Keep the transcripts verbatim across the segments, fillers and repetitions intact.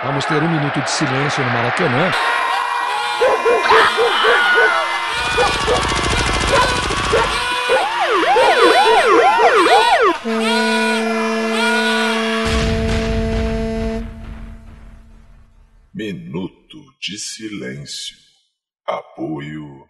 Vamos ter um minuto de silêncio no Maracanã. Minuto de silêncio. Apoio.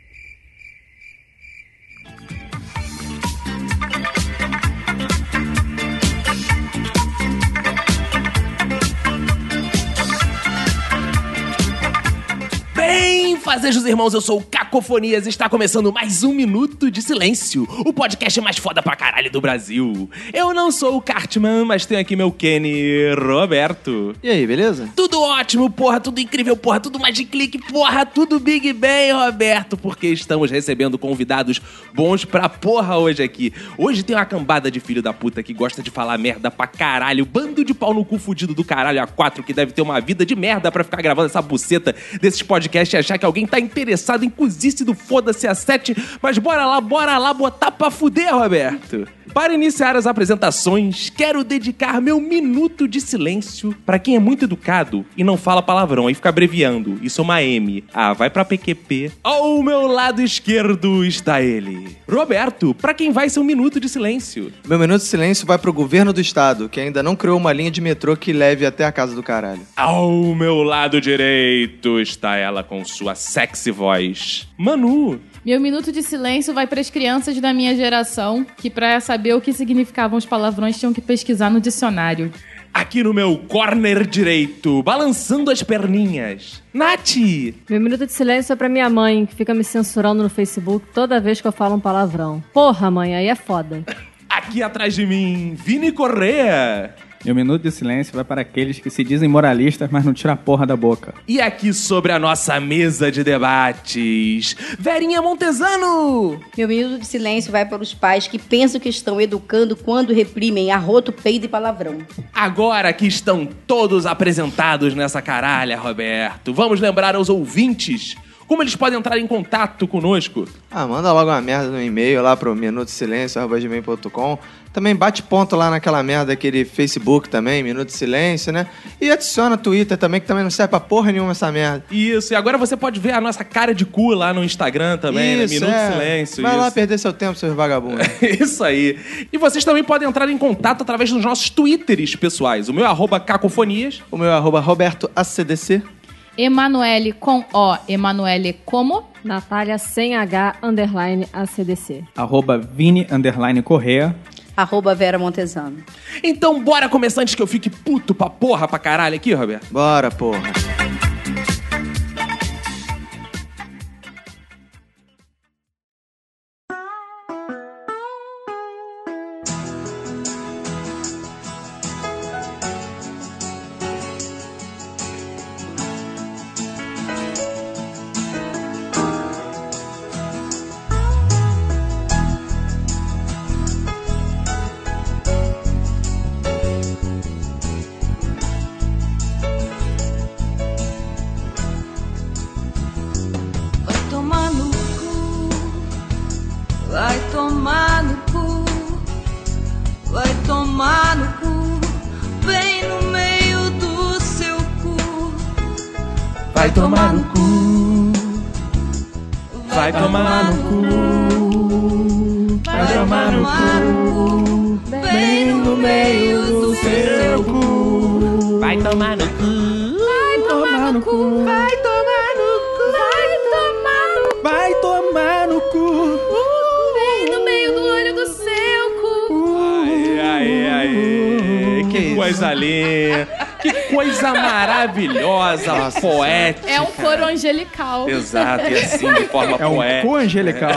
Bem, fazejos irmãos, eu sou o Cacofonias e está começando mais um Minuto de Silêncio, o podcast mais foda pra caralho do Brasil. Eu não sou o Cartman, mas tenho aqui meu Kenny Roberto. E aí, beleza? Tudo ótimo, porra, tudo incrível, porra, tudo Magic Click, porra, tudo Big Bang, Roberto, porque estamos recebendo convidados bons pra porra hoje aqui. Hoje tem uma cambada de filho da puta que gosta de falar merda pra caralho, bando de pau no cu fudido do caralho A quatro que deve ter uma vida de merda pra ficar gravando essa buceta desses podcasts e achar que alguém tá interessado em cozice do foda-se a sete, mas bora lá, bora lá botar pra fuder, Roberto. Para iniciar as apresentações, quero dedicar meu minuto de silêncio pra quem é muito educado e não fala palavrão, aí fica abreviando. Isso é uma M. Ah, vai pra P Q P. Ao meu lado esquerdo está ele, Roberto, pra quem vai ser um minuto de silêncio? Meu minuto de silêncio vai pro governo do estado, que ainda não criou uma linha de metrô que leve até a casa do caralho. Ao meu lado direito está ela com sua sexy voz, Manu. Meu minuto de silêncio vai para as crianças da minha geração, que para saber o que significavam os palavrões tinham que pesquisar no dicionário. Aqui no meu corner direito, balançando as perninhas, Nath. Meu minuto de silêncio é pra minha mãe, que fica me censurando no Facebook toda vez que eu falo um palavrão. Porra, mãe, aí é foda. Aqui atrás de mim, Vini Correa. Meu minuto de silêncio vai para aqueles que se dizem moralistas, mas não tiram a porra da boca. E aqui sobre a nossa mesa de debates, Verinha Montesano. Meu minuto de silêncio vai para os pais que pensam que estão educando quando reprimem arroto, peido e palavrão. Agora que estão todos apresentados nessa caralha, Roberto, vamos lembrar aos ouvintes como eles podem entrar em contato conosco. Ah, manda logo uma merda no e-mail lá pro minuto silêncio arroba gmail ponto com. Também bate ponto lá naquela merda, aquele Facebook também, Minuto de Silêncio, né? E adiciona Twitter também, que também não serve pra porra nenhuma essa merda. Isso, e agora você pode ver a nossa cara de cu lá no Instagram também, isso, né? Minuto é. de Silêncio. Vai isso. lá perder seu tempo, seus vagabundos. Isso aí. E vocês também podem entrar em contato através dos nossos Twitters pessoais. O meu é arroba Cacofonias. O meu é arroba Roberto A C D C. Emanuele com O, Emanuele como? Natália sem H, underline A C D C. Arroba Vini, underline Correa. Arroba Vera Montesano. Então bora começar antes que eu fique puto pra porra pra caralho aqui, Roberto? Bora, porra. Vai tomar no cu, vai tomar no cu, bem no meio do seu cu. Vai tomar no cu, vai tomar no cu, vai tomar no cu, bem no meio do seu cu. Vai tomar no cu, Vai tomar no cu, vai tomar no cu, vai tomar no cu, vai tomar no cu. bem no meio do olho do seu cu. Ai, ai, ai, que coisa linda, que coisa maravilhosa, Nossa, poética. É um coro angelical. Exato, e assim, de forma É um poética. cu angelical.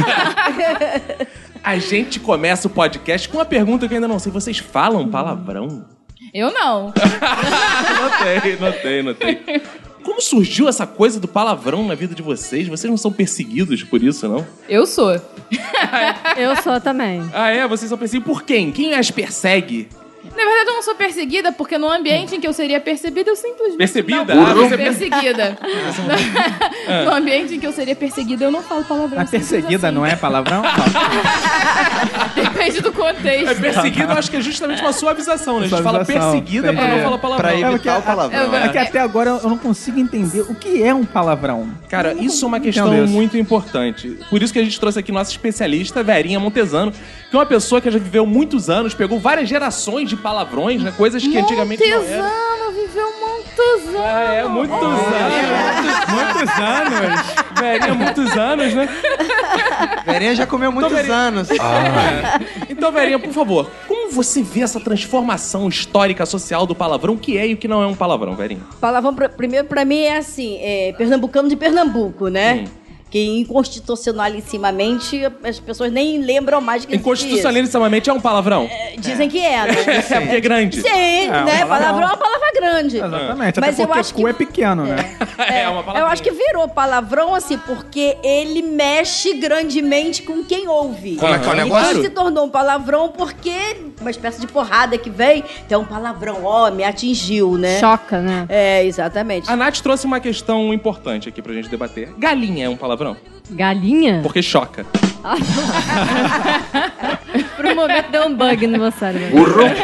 A gente começa o podcast com uma pergunta que eu ainda não sei. Vocês falam palavrão? Eu não. Notei, notei, notei. Como surgiu essa coisa do palavrão na vida de vocês? Vocês não são perseguidos por isso, não? Eu sou. Eu sou também. Ah, é? Vocês são perseguidos por quem? Quem as persegue? Na verdade, eu não sou perseguida, porque no ambiente em que eu seria percebida, eu simplesmente Percebida? não Ah, sou você- perseguida. No ambiente em que eu seria perseguida, eu não falo palavrão. A perseguida não é palavrão? Depende do contexto. É, perseguido, eu acho que é justamente uma suavização, né? A gente fala Suavização, perseguida pra entendi. não falar palavrão. Pra É, porque evitar o palavrão. É, é que até agora eu não consigo entender o que é um palavrão. Cara, isso é uma Não questão entendo isso. muito importante. Por isso que a gente trouxe aqui nossa especialista, Verinha Montesano, que é uma pessoa que já viveu muitos anos, pegou várias gerações de palavrões, né? Coisas que antigamente não eram. Montesano viveu muitos anos. Ah, é, muitos anos. Muitos anos. Verinha, muitos anos, né? Verinha já comeu muitos Verinha- anos. Então, Verinha, por favor, como você vê essa transformação histórica, social do palavrão? O que é e o que não é um palavrão, Verinha? Palavrão, pra- primeiro, pra mim, é assim, é pernambucano de Pernambuco, né? Hum. Que inconstitucionalissimamente as pessoas nem lembram mais que existe Inconstitucionalissimamente é um palavrão? isso. Dizem que é, né? É porque é grande. Sim, É, um né? palavrão. Palavrão é uma palavra grande. Exatamente, Mas até eu porque acho cu que- é pequeno, né? É, uma palavra. Eu acho que virou palavrão, assim, porque ele mexe grandemente com quem ouve. Como é que é o Então negócio? se tornou um palavrão porque uma espécie de porrada que vem, então um palavrão, ó, me atingiu, né? Choca, né? É, exatamente. A Nath trouxe uma questão importante aqui pra gente debater. Galinha é um palavrão? Galinha? Porque choca. Por um momento deu um bug no meu cérebro.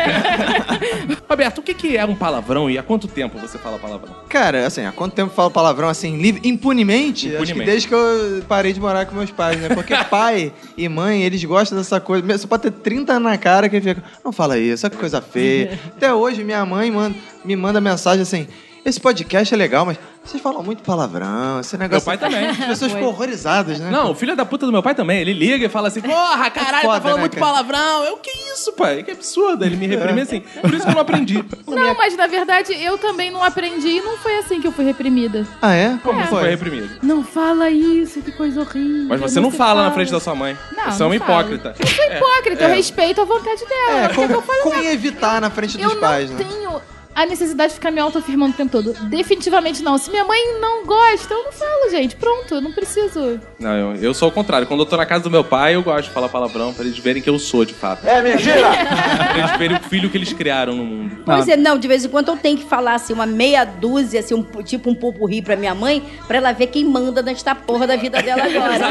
Roberto, o que que é um palavrão e há quanto tempo você fala palavrão? Cara, assim, há quanto tempo eu falo palavrão assim, livre, impunemente? Acho que Impunemente. desde que eu parei de morar com meus pais, né? Porque pai e mãe, eles gostam dessa coisa. Você pode ter trinta anos na cara que fica, não fala isso, olha que coisa feia. Até hoje, minha mãe manda, me manda mensagem assim, esse podcast é legal, mas vocês falam muito palavrão, esse negócio... Meu pai também. As pessoas ficam horrorizadas, né? Não, o filho da puta do meu pai também. Ele liga e fala assim, porra, caralho, foda, tá falando né, muito cara? palavrão. Eu, que isso, pai? Que absurdo. Ele me reprime assim. Por isso que eu não aprendi. Não, mas na verdade eu também não aprendi e não foi assim que eu fui reprimida. Ah, é? Como É. foi reprimido? Não fala isso, que coisa horrível. Mas você não fala na frente da sua mãe. Não, Você é um não hipócrita. Eu sou hipócrita, eu respeito a vontade dela. É, Ela quer que eu como, fale como nada. evitar na frente dos Eu não pais, né? tenho a necessidade de ficar me autoafirmando o tempo todo. Definitivamente não. Se minha mãe não gosta, eu não falo, gente. Pronto, eu não preciso. Não, eu, eu sou o contrário. Quando eu tô na casa do meu pai, eu gosto de falar palavrão pra eles verem que eu sou, de fato. É mentira! Pra eles verem o filho que eles criaram no mundo. Pois é, não, de vez em quando eu tenho que falar assim, uma meia dúzia, assim, um, tipo um popurrí pra minha mãe, pra ela ver quem manda nesta porra da vida dela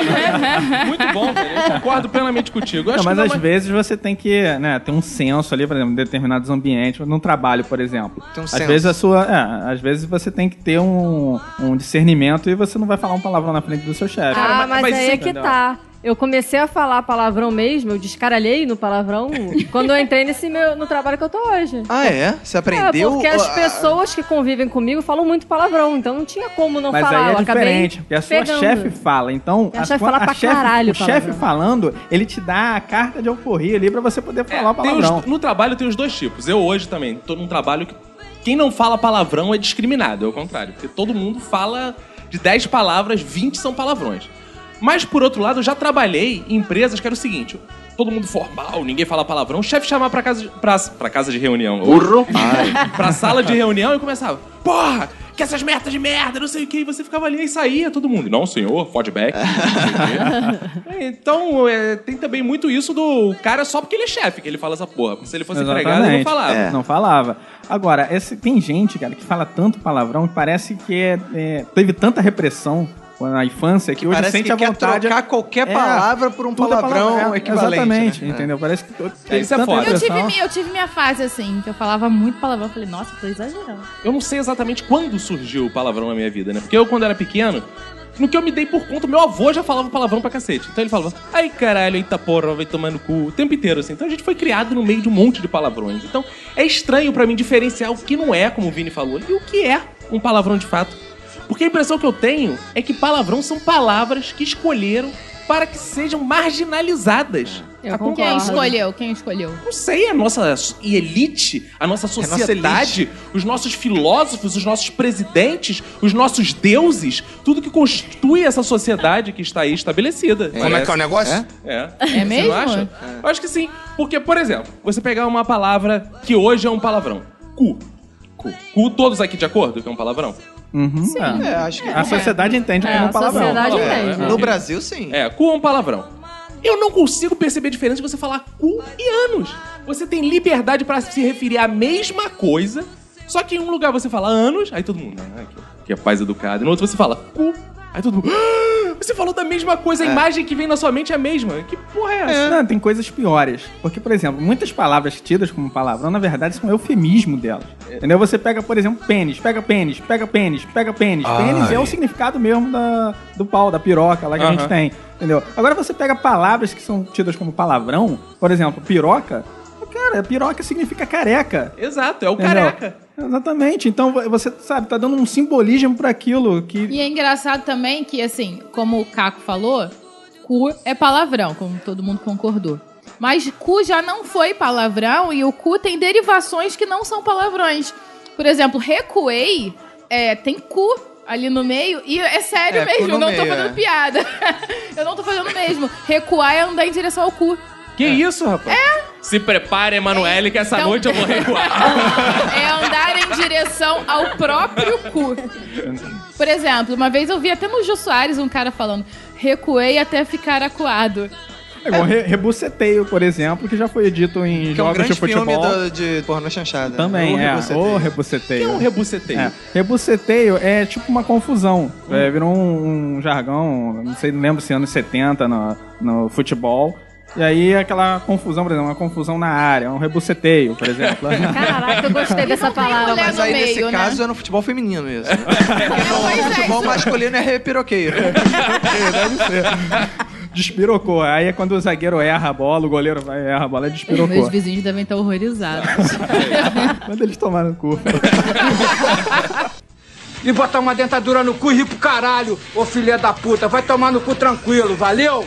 agora. Muito bom, velho. Eu concordo plenamente contigo. Eu acho Não, mas que às não é- vezes você tem que, né, ter um senso ali, por exemplo, em determinados ambientes, no trabalho, por exemplo. Tem um às senso. vezes a sua, é, às vezes você tem que ter um, um discernimento e você não vai falar um palavrão na frente do seu chefe. Ah, mas- mas, mas aí isso é que entendeu? tá. Eu comecei a falar palavrão mesmo, eu descaralhei no palavrão quando eu entrei nesse meu, no trabalho que eu tô hoje. Ah, é? Você aprendeu? É, porque as ah, pessoas que convivem comigo falam muito palavrão, então não tinha como não Mas falar. aí eu é acabei diferente, porque a sua pegando. chefe fala, então... A chefe sua- fala pra chefe- caralho O chefe palavrão. falando, ele te dá a carta de alforria ali pra você poder falar o Tem os- palavrão. no trabalho tem os dois tipos. Eu hoje também tô num trabalho que quem não fala palavrão é discriminado, é o contrário. Porque todo mundo fala de dez palavras, vinte são palavrões. Mas, por outro lado, eu já trabalhei em empresas que era o seguinte: todo mundo formal, ninguém fala palavrão, o chefe chamava pra casa de, pra, pra casa de reunião. Burro! Pra sala de reunião e começava, porra! Que essas merdas de merda, não sei o que, e você ficava ali e saía todo mundo. Não, senhor, feedback. Então, é, tem também muito isso do cara só porque ele é chefe que ele fala essa porra. Porque se ele fosse empregado, ele não falava. É. Não falava. Agora, esse, tem gente, cara, que fala tanto palavrão que parece que é, é, teve tanta repressão na infância que, hoje Parece sente que a quer vontade... trocar qualquer É, palavra por um tudo é palavrão palavra- é, equivalente. Exatamente, né? entendeu? Parece que teve isso é tanta foda. Eu repressão. tive, mi- eu tive minha fase assim, que eu falava muito palavrão. Eu falei, nossa, tô exagerando. Eu não sei exatamente quando surgiu o palavrão na minha vida, né? Porque eu, quando era pequeno, no que eu me dei por conta, meu avô já falava palavrão pra cacete. Então ele falava, ai caralho, eita porra, vai tomar no cu, o tempo inteiro, assim. Então a gente foi criado no meio de um monte de palavrões. Então é estranho pra mim diferenciar o que não é, como o Vini falou, e o que é um palavrão de fato. Porque a impressão que eu tenho é que palavrão são palavras que escolheram para que sejam marginalizadas. Eu A concordo. Quem concordância. escolheu? Quem escolheu? Não sei, a nossa elite, a nossa nossa sociedade, os nossos filósofos, os nossos presidentes, os nossos deuses, tudo que constitui essa sociedade que está aí estabelecida. Como é que é o negócio? É. É Você mesmo? não acha? Eu acho que sim. Porque, por exemplo, você pegar uma palavra que hoje é um palavrão. Cu. Cu. Cu, todos aqui de acordo que é um palavrão? Uhum, É, acho que A sociedade entende É, como um a palavrão. sociedade Palavrão, entende. é. no Brasil, sim. É, cu é um palavrão. Eu não consigo perceber a diferença de você falar cu e anos. Você tem liberdade pra se referir à mesma coisa, só que em um lugar você fala anos, aí todo mundo, ah, que, que é paz educada, e no outro você fala cu, aí todo mundo, ah, você Você falou da mesma coisa, a É. imagem que vem na sua mente é a mesma. Que porra é essa? Não, tem coisas piores. Porque, por exemplo, muitas palavras tidas como palavrão, na verdade, são eufemismo delas. Entendeu? Você pega, por exemplo, pênis, pega pênis, pega pênis, pega pênis. Ai. Pênis é o significado mesmo da, do pau, da piroca lá que a Aham. gente tem. Entendeu? Agora você pega palavras que são tidas como palavrão, por exemplo, piroca. Cara, piroca significa careca. Exato, é o Entendeu? careca. Exatamente. Então você, sabe, tá dando um simbolismo pra aquilo que... E é engraçado também que, assim, como o Caco falou, cu é palavrão, como todo mundo concordou. Mas cu já não foi palavrão e o cu tem derivações que não são palavrões. Por exemplo, recuei, é, tem cu ali no meio e é sério É, cu mesmo, no eu não tô meio, fazendo é. piada. Eu não tô fazendo mesmo. Recuar é andar em direção ao cu. Que isso, rapaz? É. Se prepare, Emanuele, que essa Então- noite eu vou recuar. É andar em direção ao próprio cu. Por exemplo, uma vez eu vi até no Jô Soares um cara falando: recuei até ficar acuado. É igual re- rebuceteio, por exemplo, que já foi dito em Que é um jogos grande de futebol. filme do, de pornô chanchada. Também, O é. Rebuceteio. O O que rebuceteio. é um rebuceteio? É. Rebuceteio é tipo uma confusão. É, virou um, um jargão, não sei, não lembro se anos setenta no, no futebol. E aí aquela confusão, por exemplo, uma confusão na área, um rebuceteio, por exemplo. Caraca, eu gostei dessa palavra. mulher Mas no aí, meio, nesse né? caso, é no futebol feminino isso. Né? Pois No é, futebol isso- masculino é repiroqueio. Despirocou. Aí é quando o zagueiro erra a bola, o goleiro vai erra a bola, é Meus despirocou. vizinhos devem estar horrorizados. Quando eles tomaram o cu. E botar uma dentadura no cu e rir pro caralho, ô filha da puta. Vai tomar no cu tranquilo, valeu?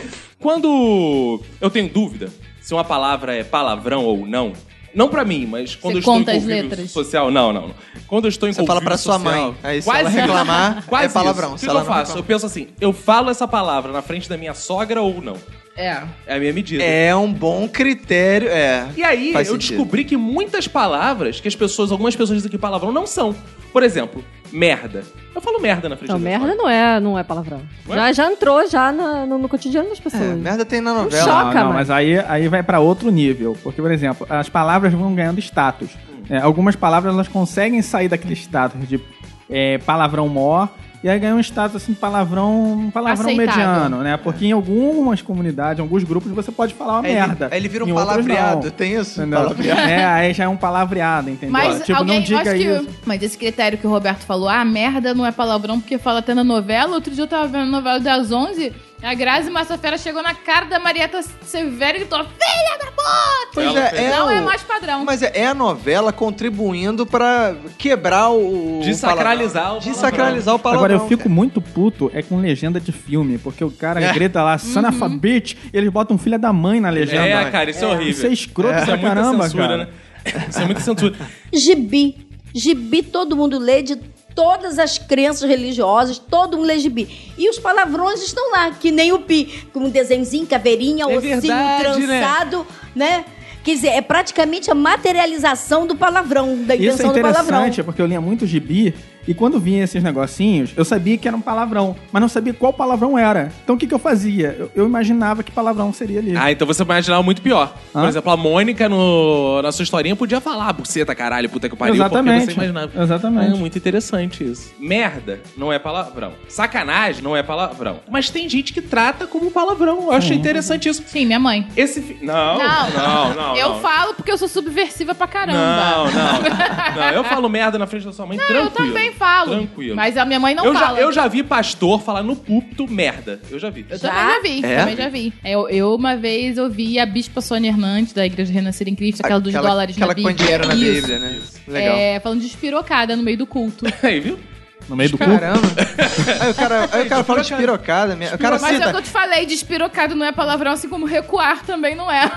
Quando eu tenho dúvida se uma palavra é palavrão ou não, não pra mim, mas quando Você eu estou conta em as convívio letras? social... Não, não, não. Quando eu estou em Você fala pra sua social- mãe. Aí se Quase ela isso. reclamar, Quase é palavrão. isso. O Se que, ela que eu não faço? Eu reclamar. penso assim, eu falo essa palavra na frente da minha sogra ou não? É. É a minha medida. É um bom critério, é. E aí, eu Faz sentido. descobri que muitas palavras que as pessoas, algumas pessoas dizem que palavrão não são. Por exemplo, merda. Eu falo merda na frente Não, da minha merda sogra. não é, não é palavrão. Ué? Já, já entrou já na- no, no cotidiano das pessoas. É, merda tem na novela. choca. Não, não, mano. mas aí, aí vai pra outro nível. Porque, por exemplo, as palavras vão ganhando status. É, algumas palavras elas conseguem sair daquele status de é, palavrão mó. E aí ganha um status assim, palavrão, palavrão Aceitável. mediano, né? Porque em algumas comunidades, em alguns grupos, você pode falar uma Aí ele- merda. aí ele vira um Em outros, palavreado, não. tem isso? Entendeu? Palavreado. É, aí já é um palavreado, entendeu? Mas tipo, alguém, não diga acho que, isso. mas esse critério que o Roberto falou, ah, merda não é palavrão porque fala até na novela. Outro dia eu tava vendo a novela das onze, a Grazi Massafera chegou na cara da Marieta Severo e gritou, filha da puta! Pois Ela é, é não o- é mais padrão. Mas é, é a novela contribuindo pra quebrar o... o Desacralizar palavrão. o Desacralizar o palavrão. Agora, eu fico cara. muito puto é com legenda de filme, porque o cara É. grita lá, son of a bitch, e eles botam filha da mãe na legenda. É, cara, isso é, horrível. Isso é escroto Isso pra é muita caramba, censura, cara. né? Isso é muita censura. Gibi. Gibi todo mundo lê de todas as crenças religiosas, todo mundo lê gibi. E os palavrões estão lá, que nem o pi, com um desenhozinho, caveirinha, É ossinho verdade, trançado, né? Quer dizer, é praticamente a materialização do palavrão, da Isso é invenção do palavrão. interessante, porque eu lia muito gibi, e quando vinha esses negocinhos, eu sabia que era um palavrão, mas não sabia qual palavrão era. Então o que, que eu fazia? Eu, eu imaginava que palavrão seria ali. Ah, então você imaginava muito pior. Por Hã? exemplo, a Mônica no, na sua historinha podia falar buceta, caralho, puta que pariu, Exatamente. porque você imaginava. Exatamente. Ah, muito interessante isso. Merda não é palavrão. Sacanagem não é palavrão. Mas tem gente que trata como palavrão. Eu achei interessante isso. Sim, minha mãe. Esse fi... não, Não. não, não, eu não. falo porque eu sou subversiva pra caramba. Não, não. Não, eu falo merda na frente da sua mãe, Não, tranquilo. eu também falo. Tranquilo. Mas a minha mãe não eu fala. Já, eu já vi pastor falar no púlpito merda. Eu já vi. Eu também já vi, É? também já vi. Eu, eu, uma vez, ouvi a Bispa Sônia Hernandes, da Igreja Renascer em Cristo, aquela dos Aquela- dólares aquela na Bíblia. com dinheiro na Isso. Bíblia, né? Legal. É, falando de espirocada no meio do culto. Aí, viu? No meio do cu. Caramba. Aí o cara, aí o cara fala de pirocada. mesmo. O cara Mas é o que cita... eu te falei, de espirocado não é palavrão, assim como recuar também não é.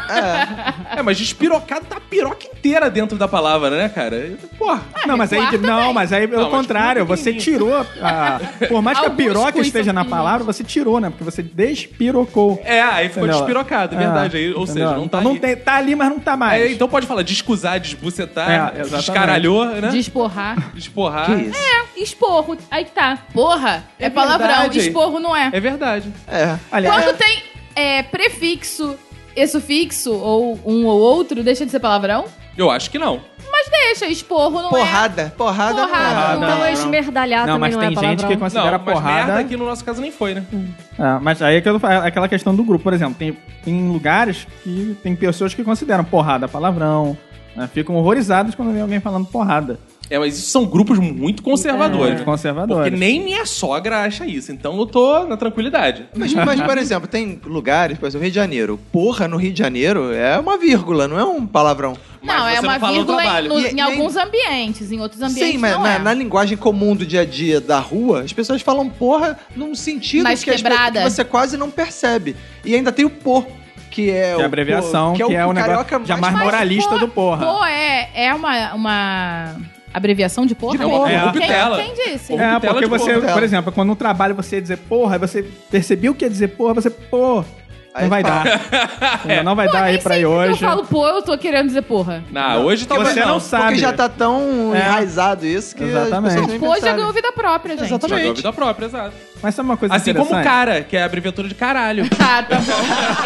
É, mas despirocado tá a piroca inteira dentro da palavra, né, cara? Porra. Não, mas aí, recuar não, também. mas aí pelo Não, mas contrário, muito você pequenininho. tirou a... Por mais que a Alguns piroca cus esteja são na pequenininhos. palavra, você tirou, né? Porque você despirocou. É, aí ficou Entendeu? despirocado, é verdade. Aí, ou entendeu? seja, não então tá não ali. tem, tá ali, mas não tá mais. É, então pode falar descusar, desbucetar, É, exatamente. descaralhou, né? De esporrar. Desporrar. Que isso? Esporro, aí que tá. Porra, é, É palavrão, verdade. esporro não é. É verdade. É. Aliás, Quando tem é, prefixo e sufixo, ou um ou outro, deixa de ser palavrão? Eu acho que não. Mas mas deixa. Esporro não Porrada. Porrada, Porrada não não é. é. Então esmerdalhar Não, também mas não tem é gente palavrão. que considera Não, mas porrada... merda aqui no nosso caso nem foi, né? É, mas aí é aquilo- aquela questão do grupo, por exemplo, tem, tem lugares que tem pessoas que consideram porrada palavrão, né? Ficam horrorizados quando vem alguém falando porrada. É, mas isso são grupos muito conservadores. Muito né? conservadores. Porque nem minha sogra acha isso. Então eu tô na tranquilidade. Mas, mas, por exemplo, tem lugares, por exemplo, Rio de Janeiro. Porra, no Rio de Janeiro é uma vírgula, não é um palavrão. Não, Mas é você uma não fala no vírgula em, trabalho. no- E- em e- alguns ambientes, em outros ambientes Sim, mas não na, é. na linguagem comum do dia a dia da rua, as pessoas falam porra num sentido Mais que, as pe- quebrada. que você quase não percebe. E ainda tem o pô, que é Que o é a abreviação, pô, que é o negócio carioca já mais Mas moralista pô- do porra. Pô, é, é uma, uma abreviação de porra? De porra, mesmo? é. Corruptela. Quem, quem disse? Porra. É, Corruptela porque de você, corruptela. por exemplo, quando no trabalho você ia dizer porra, aí você percebeu que ia dizer porra, você, pô, Aí não vai fala. dar. Não vai Pô, dar aí nem pra ir sempre que hoje. eu falo pô, eu tô querendo dizer porra. Não, hoje Porque talvez você não sabe. Porque já tá tão É. enraizado isso que Exatamente. as pessoas nem Pô, já percebem. ganhou vida própria, gente. Exatamente. Jogou a vida própria, exato. Mas sabe uma coisa Assim interessante? como cara, que é a abreviatura de caralho. Ah, tá bom.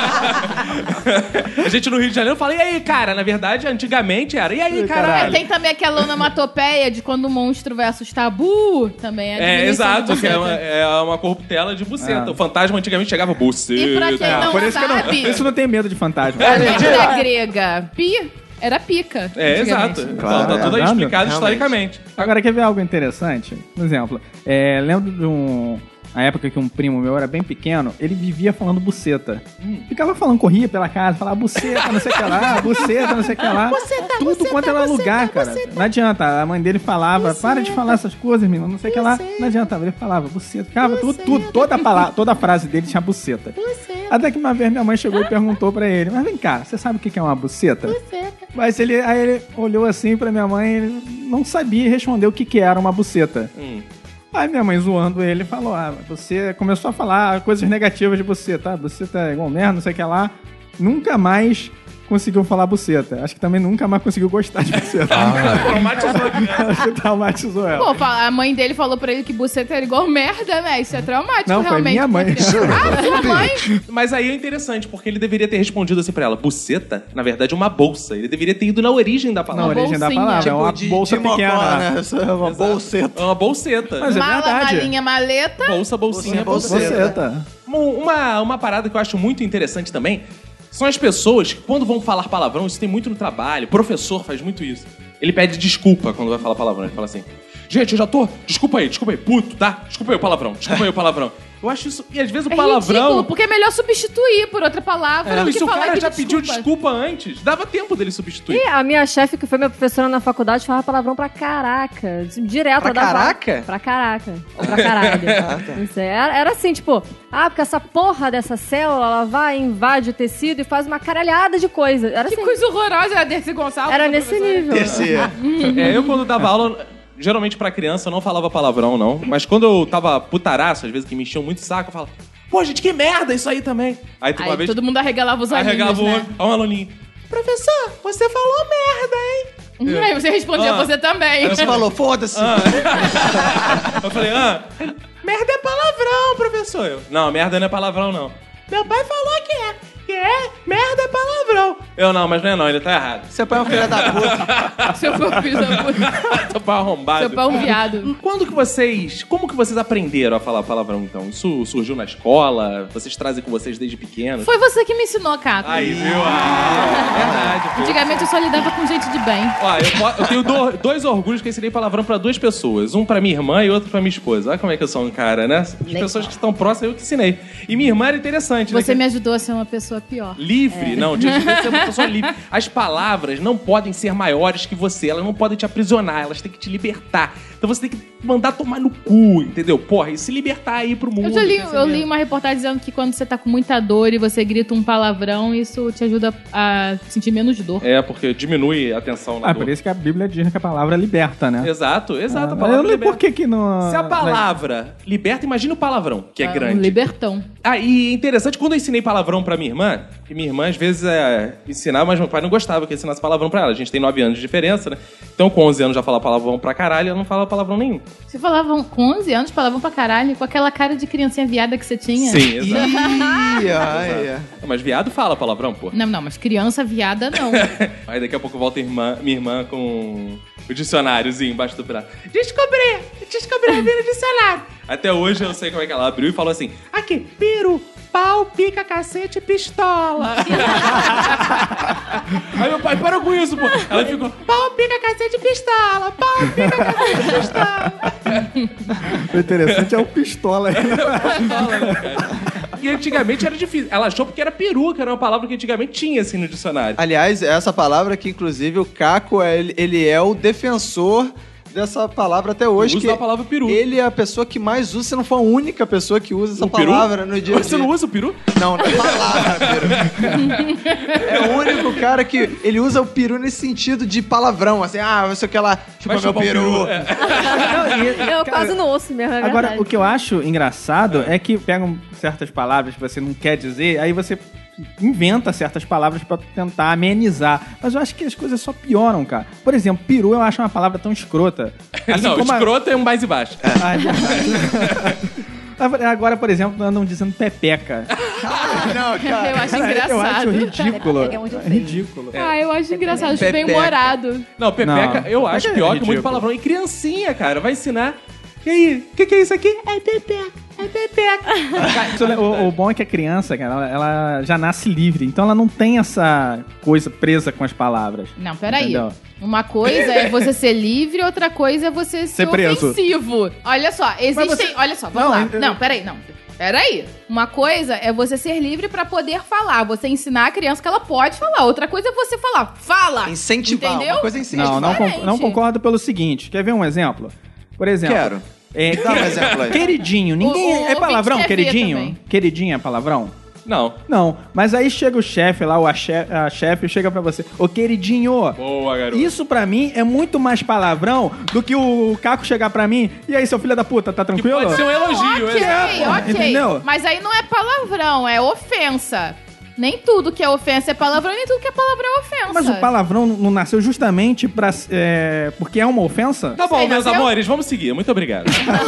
A gente no Rio de Janeiro fala, e aí, cara? Na verdade, antigamente era, e aí, É, caralho? tem também aquela onomatopeia de quando o monstro vai assustar. Bu! Também é É, diminuição exato, de que é buceta. uma, é uma corruptela de buceta. Ah. O fantasma antigamente chegava buceta. E pra quem É, não por isso que eu não, sabe, por isso eu não tenho medo de fantasma. a letra grega pi era pica. É, antigamente. exato. Claro, então tá tudo aí é. explicado Realmente. historicamente. Agora, quer ver algo interessante? Por exemplo, é, lembro de um... Na época que um primo meu era bem pequeno, ele vivia falando buceta. Ficava falando, corria pela casa, falava buceta, não sei o que lá, buceta, não sei o que lá. Tudo quanto era lugar, cara. Não adianta. A mãe dele falava, para de falar essas coisas, menino, não sei o que lá. Não adiantava, ele falava buceta. Ficava tudo, tudo, toda a, palavra, toda a frase dele tinha buceta. Até que uma vez minha mãe chegou e perguntou pra ele, mas vem cá, você sabe o que é uma buceta? Mas ele, aí ele olhou assim pra minha mãe e ele não sabia responder o que, que era uma buceta. Hum. Aí minha mãe zoando ele falou, ah, você começou a falar coisas negativas de você, tá? Você tá igual merda, não sei o que lá. Nunca mais conseguiu falar buceta. Acho que também nunca mais conseguiu gostar de buceta. Acho que traumatizou ela. Pô, fa- a mãe dele falou pra ele que buceta era igual merda, né? Isso é traumático, Não, foi realmente. minha mãe. pra criança. Ah, sua mãe? Mas aí é interessante, porque ele deveria ter respondido assim pra ela. Buceta, na verdade, é uma bolsa. Ele deveria ter ido na origem da Na palavra. origem da bolsinha. palavra, é uma Tipo de- bolsa de mocó, pequena. né? Isso é uma bolseta. É uma bolseta. Mas é Mala, verdade. malinha, maleta. Bolsa, bolsinha, Bolsinha, bolseta. Buceta. Uma, uma parada que eu acho muito interessante também são as pessoas que, quando vão falar palavrão, isso tem muito no trabalho, o professor faz muito isso. Ele pede desculpa quando vai falar palavrão. Ele fala assim: gente, eu já tô. Desculpa aí, desculpa aí, puto, tá? Desculpa aí o palavrão, desculpa aí o palavrão. Eu acho isso. E às vezes o É palavrão. ridículo, porque é melhor substituir por outra palavra Não, do e que se o falar cara que já pediu desculpa antes, dava tempo dele substituir. E a minha chefe, que foi minha professora na faculdade, falava palavrão pra caraca. Direto. Pra ela dava- caraca? Pra caraca. Ou pra caralho. Isso, era, era assim, tipo... Ah, porque essa porra dessa célula, ela vai, invade o tecido e faz uma caralhada de coisa. Era Que assim. coisa horrorosa era Dercy Gonçalves. Era a nesse professora. nível. Terceira. É, eu quando dava aula, geralmente pra criança, eu não falava palavrão, não. Mas quando eu tava putaraço, às vezes que me enchiam muito o saco, eu falava, pô, gente, que merda isso aí também. Aí uma Aí vez todo mundo arregalava os olhinhos, arregava o né? olho, ó, um aluninho. Professor, você falou merda, hein? Aí você respondia, Ah. você também. Você falou, foda-se. Eu falei, ah, merda é palavrão, professor. Eu, não, merda não é palavrão, não. Meu pai falou que é. Que é, merda é palavrão. Eu, não, mas não é não, ele tá errado. Seu pai é um filho da puta. Seu pai filho da puta. Seu pai arrombado. Seu pai é um viado. Quando que vocês... Como que vocês aprenderam a falar palavrão, então? Isso surgiu na escola? Vocês trazem com vocês desde pequenos? Foi você que me ensinou, Caco. Aí, viu? Ah, é verdade. pô. Antigamente eu só lidava com gente de bem. Ó, eu, po- eu tenho do- dois orgulhos que eu ensinei palavrão pra duas pessoas. Um pra minha irmã e outro pra minha esposa. Olha como é que eu sou um cara, né? As pessoas que estão próximas, eu que ensinei. E minha irmã era interessante, né? Você Que- me ajudou a ser uma pessoa pior. Livre, não, tinha que ser uma pessoa livre. As palavras não podem ser maiores que você, elas não podem te aprisionar, elas têm que te libertar. Então você tem que mandar tomar no cu, entendeu? Porra, e se libertar aí pro mundo. Eu já li, entendeu? eu li uma reportagem dizendo que quando você tá com muita dor e você grita um palavrão, isso te ajuda a sentir menos dor. É, porque diminui a tensão na Ah, dor. por isso que a Bíblia diz que a palavra liberta, né? Exato, exato, a Ah, palavra eu não- liberta. Por que que não... Se a palavra liberta, imagina o palavrão, que é Ah, grande. Um libertão. Ah, e interessante, quando eu ensinei palavrão pra minha irmã, que minha irmã às vezes é, ensinava, mas meu pai não gostava que eu ensinasse palavrão pra ela. A gente tem nove anos de diferença, né? Então com onze anos já fala palavrão pra caralho, ela não fala palavrão nenhum. Você falava com onze anos, palavrão pra caralho, com aquela cara de criancinha viada que você tinha? Sim, exato. Ih, ai, Exato. Mas viado fala palavrão, pô. Não, não, mas criança viada não. Aí daqui a pouco volta a irmã, minha irmã com o dicionáriozinho embaixo do braço. Descobri! Descobri, abri o dicionário. Até hoje eu sei como é que ela abriu e falou assim: aqui, peru, pau, pica, cacete, pistola. Aí meu pai, para com isso, pô. Ela ficou, pau, pica, cacete, pistola, pau, pica, cacete, pistola. O interessante é o pistola. Pistola, né, cara? E antigamente era difícil. Ela achou porque era peru, que era uma palavra que antigamente tinha, assim, no dicionário. Aliás, essa palavra que, inclusive, o Caco, é- ele, ele é o defensor dessa palavra até hoje. Uso que da palavra peru. Ele é a pessoa que mais usa, se não for a única pessoa que usa essa O peru? palavra no dia a dia. Você não usa o peru? Não, não é palavra, peru. É o único cara que ele usa o peru nesse sentido de palavrão, assim, ah, você quer lá, chupa Vai meu chupar o peru. peru, é. Não, e- Eu cara, quase não ouço mesmo, é Agora, verdade. o que eu acho engraçado é que pegam certas palavras que você não quer dizer, aí você inventa certas palavras pra tentar amenizar. Mas eu acho que as coisas só pioram, cara. Por exemplo, peru eu acho uma palavra tão escrota. Assim não, como a- escroto é um mais e baixo. Ah, é verdade. Agora, por exemplo, andam dizendo pepeca. Não, cara. Eu acho engraçado. Eu acho ridículo. É muito feio. ridículo. Ah, eu acho engraçado, acho bem Pepeca. humorado. Não, pepeca, Não, eu pepeca acho é pior que ridículo. muito palavrão. E criancinha, cara, vai ensinar. E aí, o que, que é isso aqui? É pepeca, é pepeca. Isso, o, o bom é que a criança, cara, ela, ela já nasce livre. Então ela não tem essa coisa presa com as palavras. Não, peraí. Entendeu? Uma coisa é você ser livre, outra coisa é você ser, Ser preso. ofensivo. Olha só, existem... você- Olha só, vamos Não, lá. eu- Não, peraí, não. Peraí. Uma coisa é você ser livre pra poder falar. Você ensinar a criança que ela pode falar. Outra coisa é você falar. Fala! Incentivar, Entendeu? uma coisa é incentivar. Não, não, con- Diferente. não concordo pelo seguinte. Quer ver um exemplo? Por exemplo... Quero. É, Dá um exemplo aí. Queridinho. Ninguém... O- o é palavrão, ouvinte quer ver queridinho? também. Queridinho é palavrão? Não. Não. Mas aí chega o chefe lá, o a chefe, a chefe chega pra você. Ô, queridinho... Boa, garoto. Isso pra mim é muito mais palavrão do que o Caco chegar pra mim. E aí, seu filho da puta, tá Que tranquilo? pode ser um elogio, Ok, é. ok. Entendeu? Mas aí não é palavrão, é ofensa. Nem tudo que é ofensa é palavrão, nem tudo que é palavrão é ofensa. Mas o palavrão não nasceu justamente pra, é, porque é uma ofensa? Tá bom, Sei, meus nasceu? amores, vamos seguir. Muito obrigado.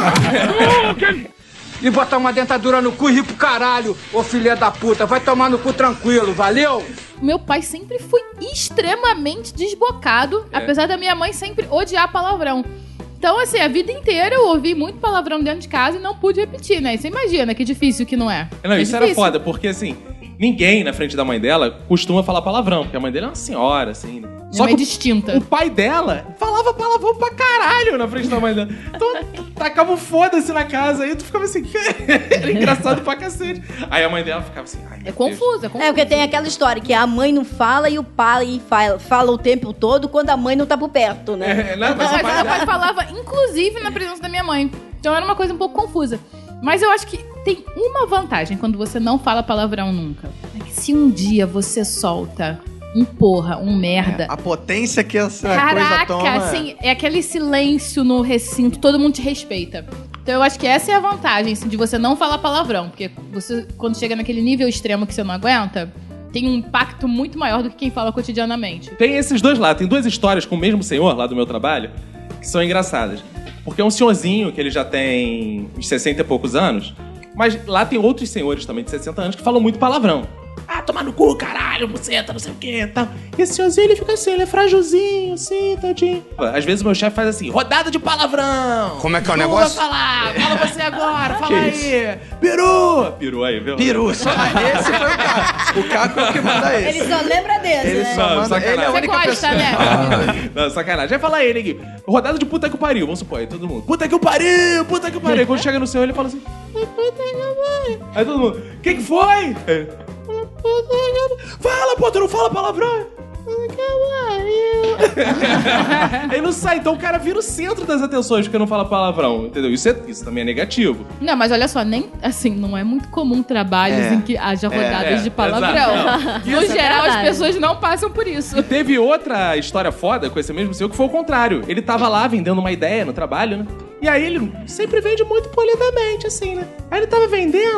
E botar uma dentadura no cu e rir pro caralho, ô filha da puta. Vai tomar no cu tranquilo, valeu? Meu pai sempre foi extremamente desbocado, É. apesar da minha mãe sempre odiar palavrão. Então, assim, a vida inteira eu ouvi muito palavrão dentro de casa e não pude repetir, né? Você imagina que difícil que não é. Não, é isso era difícil. foda, porque assim, ninguém na frente da mãe dela costuma falar palavrão, porque a mãe dela é uma senhora, assim, né? Minha mãe é que o- distinta. o pai dela falava palavrão pra caralho na frente da mãe dela. Então, tacava um foda-se na casa, aí tu ficava assim, era engraçado pra cacete. Aí a mãe dela ficava assim, ai, É meu confuso, é confuso. É, porque tem aquela história que a mãe não fala e o pai fala, fala o tempo todo quando a mãe não tá por perto, Deus. né? É, não, mas o Mas pai meu pai dela... falava, inclusive, na presença da minha mãe. Então era uma coisa um pouco confusa. Mas eu acho que tem uma vantagem quando você não fala palavrão nunca. É que se um dia você solta um porra, um merda... A potência que essa coisa Caraca, toma. assim, é aquele silêncio no recinto, todo mundo te respeita. Então eu acho que essa é a vantagem, assim, de você não falar palavrão. Porque você, quando chega naquele nível extremo que você não aguenta, tem um impacto muito maior do que quem fala cotidianamente. Tem esses dois lá, tem duas histórias com o mesmo senhor lá do meu trabalho que são engraçadas. Porque é um senhorzinho que ele já tem uns sessenta e poucos anos, mas lá tem outros senhores também de sessenta anos que falam muito palavrão. Ah, tomar no cu, caralho, buceta, não sei o que e tal. E esse senhorzinho, ele fica assim, ele é frágilzinho, assim, tadinho. Às vezes o meu chefe faz assim, rodada de palavrão. Como é que é o Tu negócio? vai falar, fala você agora, fala aí. Peru! Peru aí, viu? Peru, só esse foi o Caco. O Caco é o que manda esse. Ele só lembra desse, Ele né? só Não, manda, sacanagem. ele é a Você única gosta, pessoa. né? Não, sacanagem. Vai falar aí, neguinho. Rodada de puta que pariu, vamos supor. Aí todo mundo, puta que pariu, puta que pariu. Aí quando chega no senhor, ele fala assim, puta que pariu. Aí todo mundo, o que que foi? Aí, fala, pô, tu não fala palavrão? Puta que pariu. Aí não sai, então o cara vira o centro das atenções porque não fala palavrão, entendeu? Isso, é, isso também é negativo. Não, mas olha só, nem assim, não é muito comum trabalhos É. em que haja rodadas é, de palavrão. exato. No Isso é geral, as verdade. pessoas não passam por isso. Teve outra história foda com esse mesmo senhor que foi o contrário. Ele tava lá vendendo uma ideia no trabalho, né? E aí ele sempre vende muito polidamente, assim, né? Aí ele tava vendendo,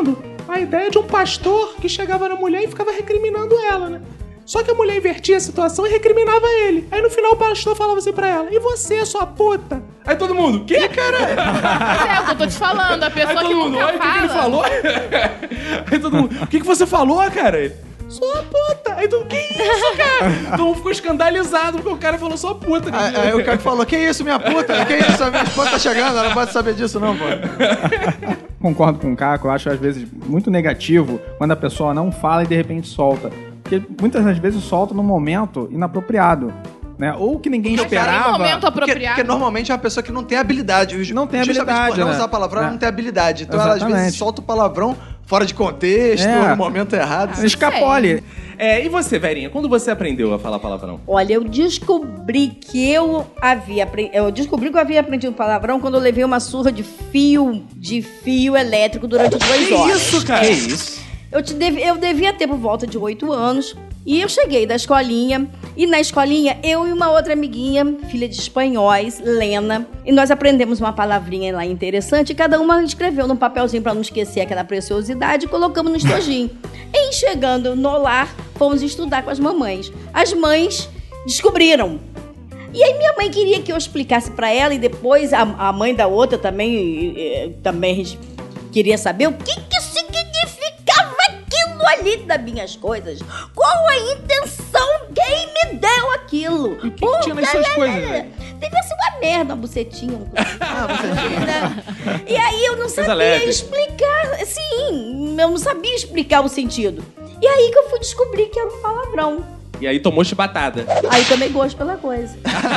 a ideia de um pastor que chegava na mulher e ficava recriminando ela, né? Só que a mulher invertia a situação e recriminava ele. Aí no final o pastor falava assim pra ela: e você, sua puta? Aí todo mundo: que, caralho? É o que eu tô te falando, a pessoa Aí que todo mundo: nunca olha o que, que ele fala. falou. Aí todo mundo: o que, que você falou, cara? Sua puta. Aí todo mundo: que isso, cara? Todo mundo ficou escandalizado porque o cara falou sua puta. Aí, aí o cara falou: que isso, minha puta? Que isso, a minha esposa tá chegando, ela não pode saber disso não, pô. Concordo com o Caco, eu acho às vezes muito negativo quando a pessoa não fala e de repente solta. Porque muitas das vezes solta num momento inapropriado. Né? Ou que ninguém Mas esperava. em momento Porque, apropriado. porque normalmente é uma pessoa que não tem habilidade. Não tem Justamente habilidade, por não né? usar palavrão, ela É. não tem habilidade. Então ela às Exatamente. vezes solta o palavrão fora de contexto, É. ou no momento errado. Escapole. É, e você, Verinha, quando você aprendeu a falar palavrão? Olha, eu descobri que eu havia apre- eu descobri que eu havia aprendido palavrão quando eu levei uma surra de fio de fio elétrico durante duas Que horas. isso, cara? Que isso? Eu, te dev- eu devia ter por volta de oito anos. E eu cheguei da escolinha. E na escolinha, eu e uma outra amiguinha, filha de espanhóis, Lena. E nós aprendemos uma palavrinha lá interessante. E cada uma escreveu num papelzinho pra não esquecer aquela preciosidade. E colocamos no estojinho. Em chegando no lar, fomos estudar com as mamães. As mães descobriram. E aí minha mãe queria que eu explicasse pra ela. E depois a, a mãe da outra também, eh, também queria saber o que que significava aquilo ali das minhas coisas. Qual a intenção? Quem me deu aquilo? E o que, que tinha nas suas coisas, velho? Devia ser uma merda, uma bucetinha. Um ah, bucetinha. E aí eu não Coisa sabia leve. explicar. Sim, eu não sabia explicar o sentido. E aí que eu fui descobrir que era um palavrão. E aí tomou chibatada. Aí tomei gosto pela coisa.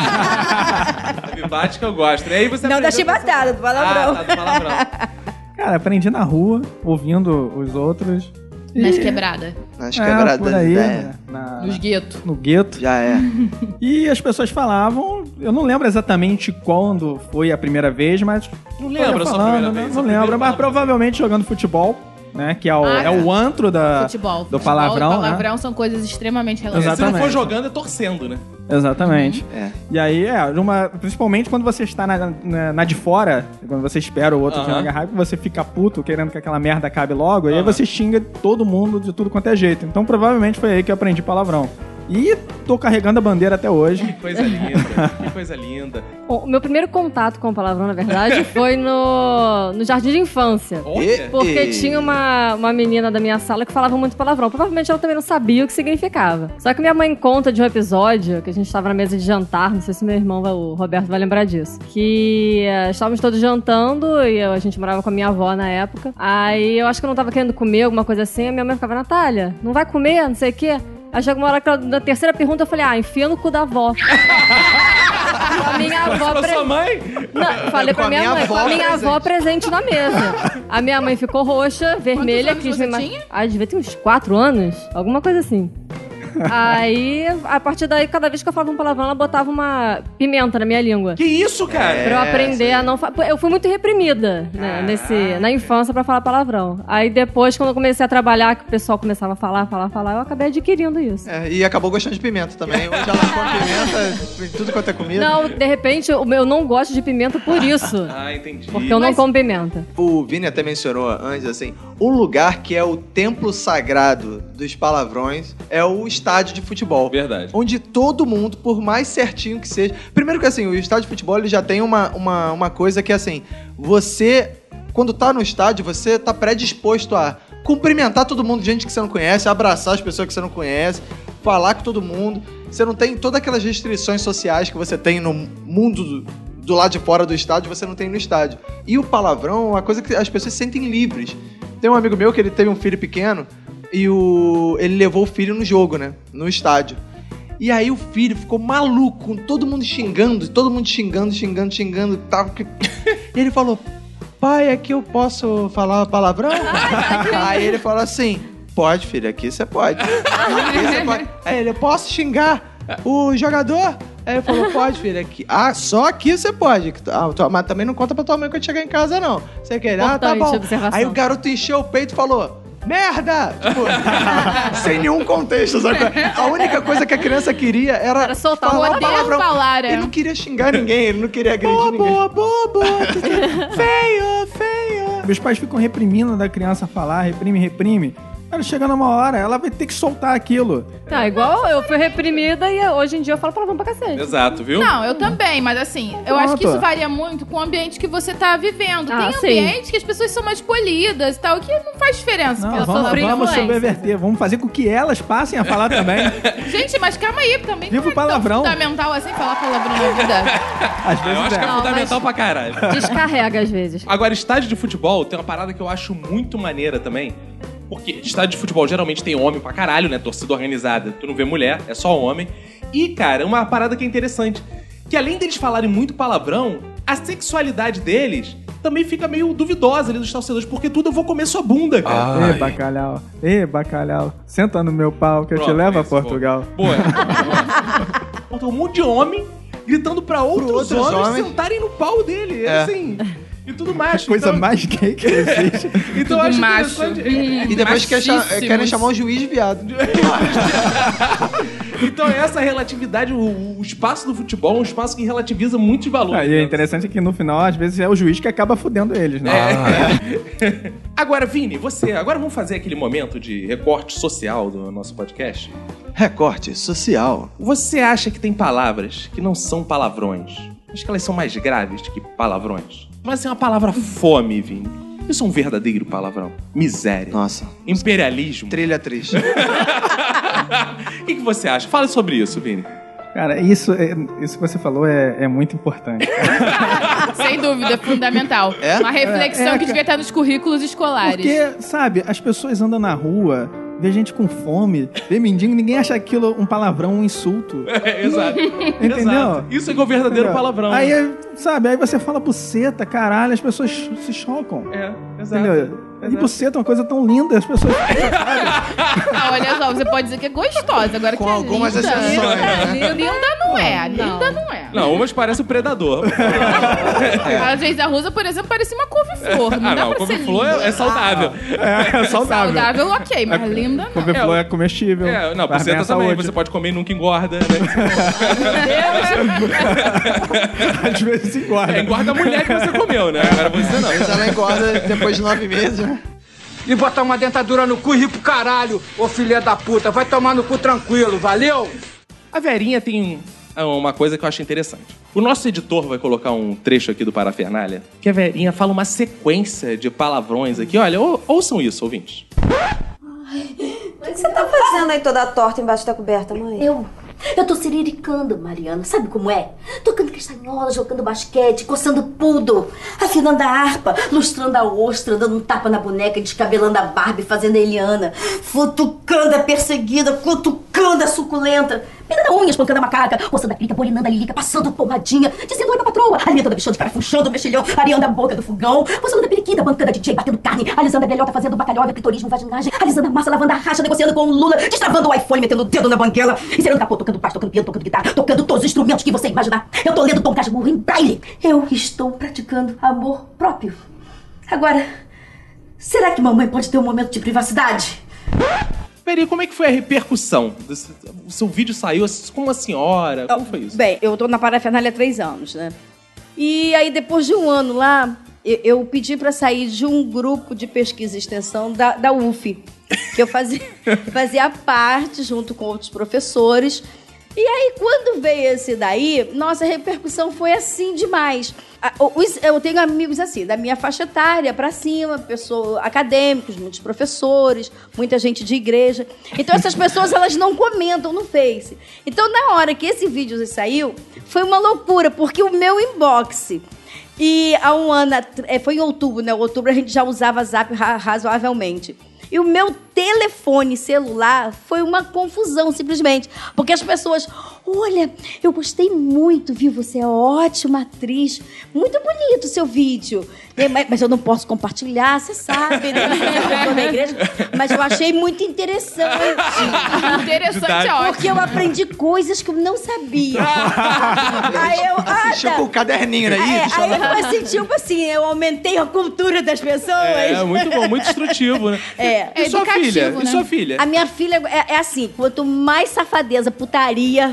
Me bate que eu gosto. E aí você Não da aprendeu- chibatada, do palavrão. Ah, tá, do palavrão. Cara, aprendi na rua, ouvindo os outros. Nas quebradas. Nas É, quebradas por das aí, ideias. né? Na- Nos guetos. no gueto. Já é. E as pessoas falavam, eu não lembro exatamente quando foi a primeira vez, mas. Não lembra a sua falando, primeira né? vez? Não A lembro, primeira mas palavra. provavelmente jogando futebol, né? Que é o, Ah, é o antro da, Futebol. do Futebol palavrão. e palavrão são coisas extremamente Se relacionadas. não for Exatamente. jogando, é torcendo, né? Né? Exatamente. É. E aí, é, uma, principalmente quando você está na, na, na de fora, quando você espera o outro Aham. te agarrar, que você fica puto querendo que aquela merda acabe logo, e aí Aham. você xinga todo mundo de tudo quanto é jeito. Então provavelmente foi aí que eu aprendi palavrão. E tô carregando a bandeira até hoje. Que coisa linda. Que coisa linda. Bom, o meu primeiro contato com palavrão, na verdade, foi no, no jardim de infância. Olha. Porque E- tinha uma, uma menina da minha sala que falava muito palavrão. Provavelmente ela também não sabia o que significava. Só que minha mãe conta de um episódio que a gente estava na mesa de jantar, não sei se meu irmão, o Roberto, vai lembrar disso. Que eh, estávamos todos jantando e eu- a gente morava com a minha avó na época. Aí eu acho que eu não tava querendo comer, alguma coisa assim. A minha mãe ficava: Natália, não vai comer, não sei o quê. Aí chegou uma hora que ela- na terceira pergunta eu falei: ah, enfia no cu da avó. A minha avó... Pra pre- sua mãe? Não, falei Com pra a minha, minha mãe, avó com a minha presente. avó presente na mesa. A minha mãe ficou roxa, vermelha, anos quis você me ma- tinha? Ah, devia ter uns quatro anos, alguma coisa assim. Aí, a partir daí, cada vez que eu falava um palavrão, ela botava uma pimenta na minha língua. Que isso, cara? Pra eu aprender a não falar. Eu fui muito reprimida, né, nesse, na infância pra falar palavrão. Aí depois, quando eu comecei a trabalhar, que o pessoal começava a falar, falar, falar, eu acabei adquirindo isso. É, e acabou gostando de pimenta também. Hoje ela come pimenta em tudo quanto é comida. Não, de repente, eu eu não gosto de pimenta por isso. Ah, entendi. Porque eu não como pimenta. O Vini até mencionou antes, assim, um lugar que é o templo sagrado dos palavrões é o estádio de futebol. Verdade. Onde todo mundo, por mais certinho que seja... Primeiro que, assim, o estádio de futebol ele já tem uma, uma, uma coisa que, assim, você, quando tá no estádio, você tá predisposto a cumprimentar todo mundo, gente que você não conhece, abraçar as pessoas que você não conhece, falar com todo mundo. Você não tem todas aquelas restrições sociais que você tem no mundo do, do lado de fora do estádio, você não tem no estádio. E o palavrão é uma coisa que as pessoas se sentem livres. Tem um amigo meu que ele teve um filho pequeno e o, ele levou o filho no jogo, né? No estádio. E aí o filho ficou maluco, com todo mundo xingando, todo mundo xingando, xingando, xingando. Tava... E ele falou: pai, aqui eu posso falar palavrão? Aí ele falou assim: pode, filho, aqui você pode. Aqui você pode. Aí ele: eu posso xingar o jogador? Aí ele falou: pode, filho, aqui. Ah, só aqui você pode. Ah, tua- mas também não conta pra tua mãe quando chegar em casa, não. Você quer? Ah, tá Importante bom. observação. Aí o garoto encheu o peito e falou: merda! Tipo, sem nenhum contexto, sabe? A única coisa que a criança queria era, Era soltar falar um um Poder palavrão. falar, é. Ele não queria xingar ninguém, ele não queria agredir ninguém. Bobo, bobo, feio, feio. Meus pais ficam reprimindo da criança falar, reprime, reprime. Cara, chega numa hora, ela vai ter que soltar aquilo. Tá, igual eu fui reprimida e hoje em dia eu falo palavrão pra cacete. Exato, viu? Não, eu também, mas assim, eu acho que isso varia muito com o ambiente que você tá vivendo. Ah, Tem sim. ambientes que as pessoas são mais polidas e tal, que não faz diferença. Não, porque eu vamos, sou vamos influencer. subverter, vamos fazer com que elas passem a falar também. Gente, mas calma aí, também Viva não é o palavrão. tão fundamental assim falar palavrão na vida. Às Ah, vezes eu acho que é Não, fundamental mas- pra caralho. Descarrega às vezes. Agora, estádio de futebol tem uma parada que eu acho muito maneira também. Porque estádio de futebol geralmente tem homem pra caralho, né? Torcida organizada. Tu não vê mulher, é só homem. E, cara, uma parada que é interessante. Que além deles falarem muito palavrão, a sexualidade deles também fica meio duvidosa ali dos torcedores. Porque tudo eu vou comer sua bunda, cara. Ê, bacalhau. Ê, bacalhau. Senta no meu pau que eu te Pronto, levo a isso, Portugal. Boa. Tem um monte de homem gritando pra outros, outros homens, homens. sentarem no pau dele. É. É. Assim. E tudo macho. Coisa então, mais gay que existe. então eu Tudo acho macho. interessante. E depois quer cha- Machíssimos. querem chamar o juiz de viado. Então essa relatividade, o, o espaço do futebol é um espaço que relativiza muitos valores. Ah, e é interessante que no final, às vezes, é o juiz que acaba fudendo eles, né? É. Agora, Vini, você... Agora vamos fazer aquele momento de recorte social do nosso podcast. Recorte social. Você acha que tem palavras que não são palavrões? Acho que elas são mais graves do que palavrões. Mas assim, uma palavra fome, Vini. Isso é um verdadeiro palavrão. Miséria. Nossa. Imperialismo. Trilha triste. O que, que você acha? Fala sobre isso, Vini. Cara, isso, é- isso que você falou é, é muito importante. Sem dúvida, fundamental. É? Uma reflexão É, é, que devia estar nos currículos escolares. Porque, sabe, as pessoas andam na rua, vê gente com fome, vê mendigo, ninguém acha aquilo um palavrão, um insulto. É, exato. Entendeu? Exato. Isso é que é o verdadeiro Entendeu? palavrão. Aí, sabe, aí você fala buceta, caralho, as pessoas se chocam. É, exato. Entendeu? E Exato. buceta é uma coisa tão linda, as pessoas... Ah, olha só, você pode dizer que é gostosa, agora Com que é algumas linda. exceções, É, né? linda não é, Não. linda não é. Não, umas parecem o predador. A Geisa Rosa, por exemplo, parecia uma couve-flor. Não ah, dá não, pra ser couve-flor linda. é, é saudável. É, é saudável. Saudável, ok, mas linda não. Couve-flor é comestível. É, não, faz bem à buceta também. saúde. Você pode comer e nunca engorda. Né? Às vezes engorda. É, engorda a mulher que você comeu, né? Agora você não. Mas ela engorda depois de nove meses, né? E botar uma dentadura no cu e rir pro caralho, ô filha da puta. Vai tomar no cu tranquilo, valeu? A Verinha tem uma coisa que eu acho interessante. O nosso editor vai colocar um trecho aqui do Parafernália que a Verinha fala uma sequência de palavrões aqui. Olha, ou, ouçam isso, ouvintes. O que você tá fazendo aí toda torta embaixo da coberta, mãe? Eu? Eu tô siriricando, Mariana. Sabe como é? Tocando castanhola, jogando basquete, coçando pudo, afinando a harpa, lustrando a ostra, dando um tapa na boneca, descabelando a Barbie, fazendo a Eliana, futucando a perseguida, cutucando a suculenta, pegando unhas, pancando a macaca, roçando a clica, bolinando a lilica, passando pomadinha, dizendo oi pra patroa, alimentando a bichão de carafunchando o mexilhão, areando a boca do fogão, roçando a periquita, bancando a D J, batendo carne, alisando a belhota, fazendo bacalhau, clitorismo, vaginagem, alisando a massa, lavando a racha, negociando com o Lula, destravando o iPhone, metendo o dedo na banguela, encerando capô, tocando baixo, tocando piano, tocando guitarra, tocando todos os instrumentos que você imaginar. Eu tô lendo Tom Casmurro em braille. Eu estou praticando amor próprio. Agora, será que mamãe pode ter um momento de privacidade? Peraí, como é que foi a repercussão? Desse- O seu vídeo saiu com uma senhora? Como foi isso? Bem, eu tô na Parafernália há três anos, né? E aí, depois de um ano lá, eu, eu pedi pra sair de um grupo de pesquisa e extensão da, da U F, que eu fazia, fazia parte junto com outros professores. E aí, quando veio esse daí, nossa, a repercussão foi assim demais. A- os- Eu tenho amigos assim, da minha faixa etária pra cima, pessoas acadêmicos, muitos professores, muita gente de igreja. Então, essas pessoas, elas não comentam no Face. Então, na hora que esse vídeo saiu, foi uma loucura, porque o meu inbox... E há um ano, at- é, foi em outubro, né? Em outubro a gente já usava Zap ra- razoavelmente. E o meu telefone celular foi uma confusão, simplesmente. Porque as pessoas... Olha, eu gostei muito, viu? Você é ótima atriz. Muito bonito o seu vídeo. É, Mas, mas eu não posso compartilhar, você sabe, né? Eu tô na igreja. Mas eu achei muito interessante. Interessante é ótimo. Porque eu aprendi coisas que eu não sabia. Aí eu... Ah, Assistiu tá. com o caderninho, né? Ih, É, deixa aí eu eu lá. assim, tipo assim, eu aumentei a cultura das pessoas. É, muito bom, muito instrutivo, né? É. E sua filha? E né? sua filha? A minha filha é, é assim, quanto mais safadeza, putaria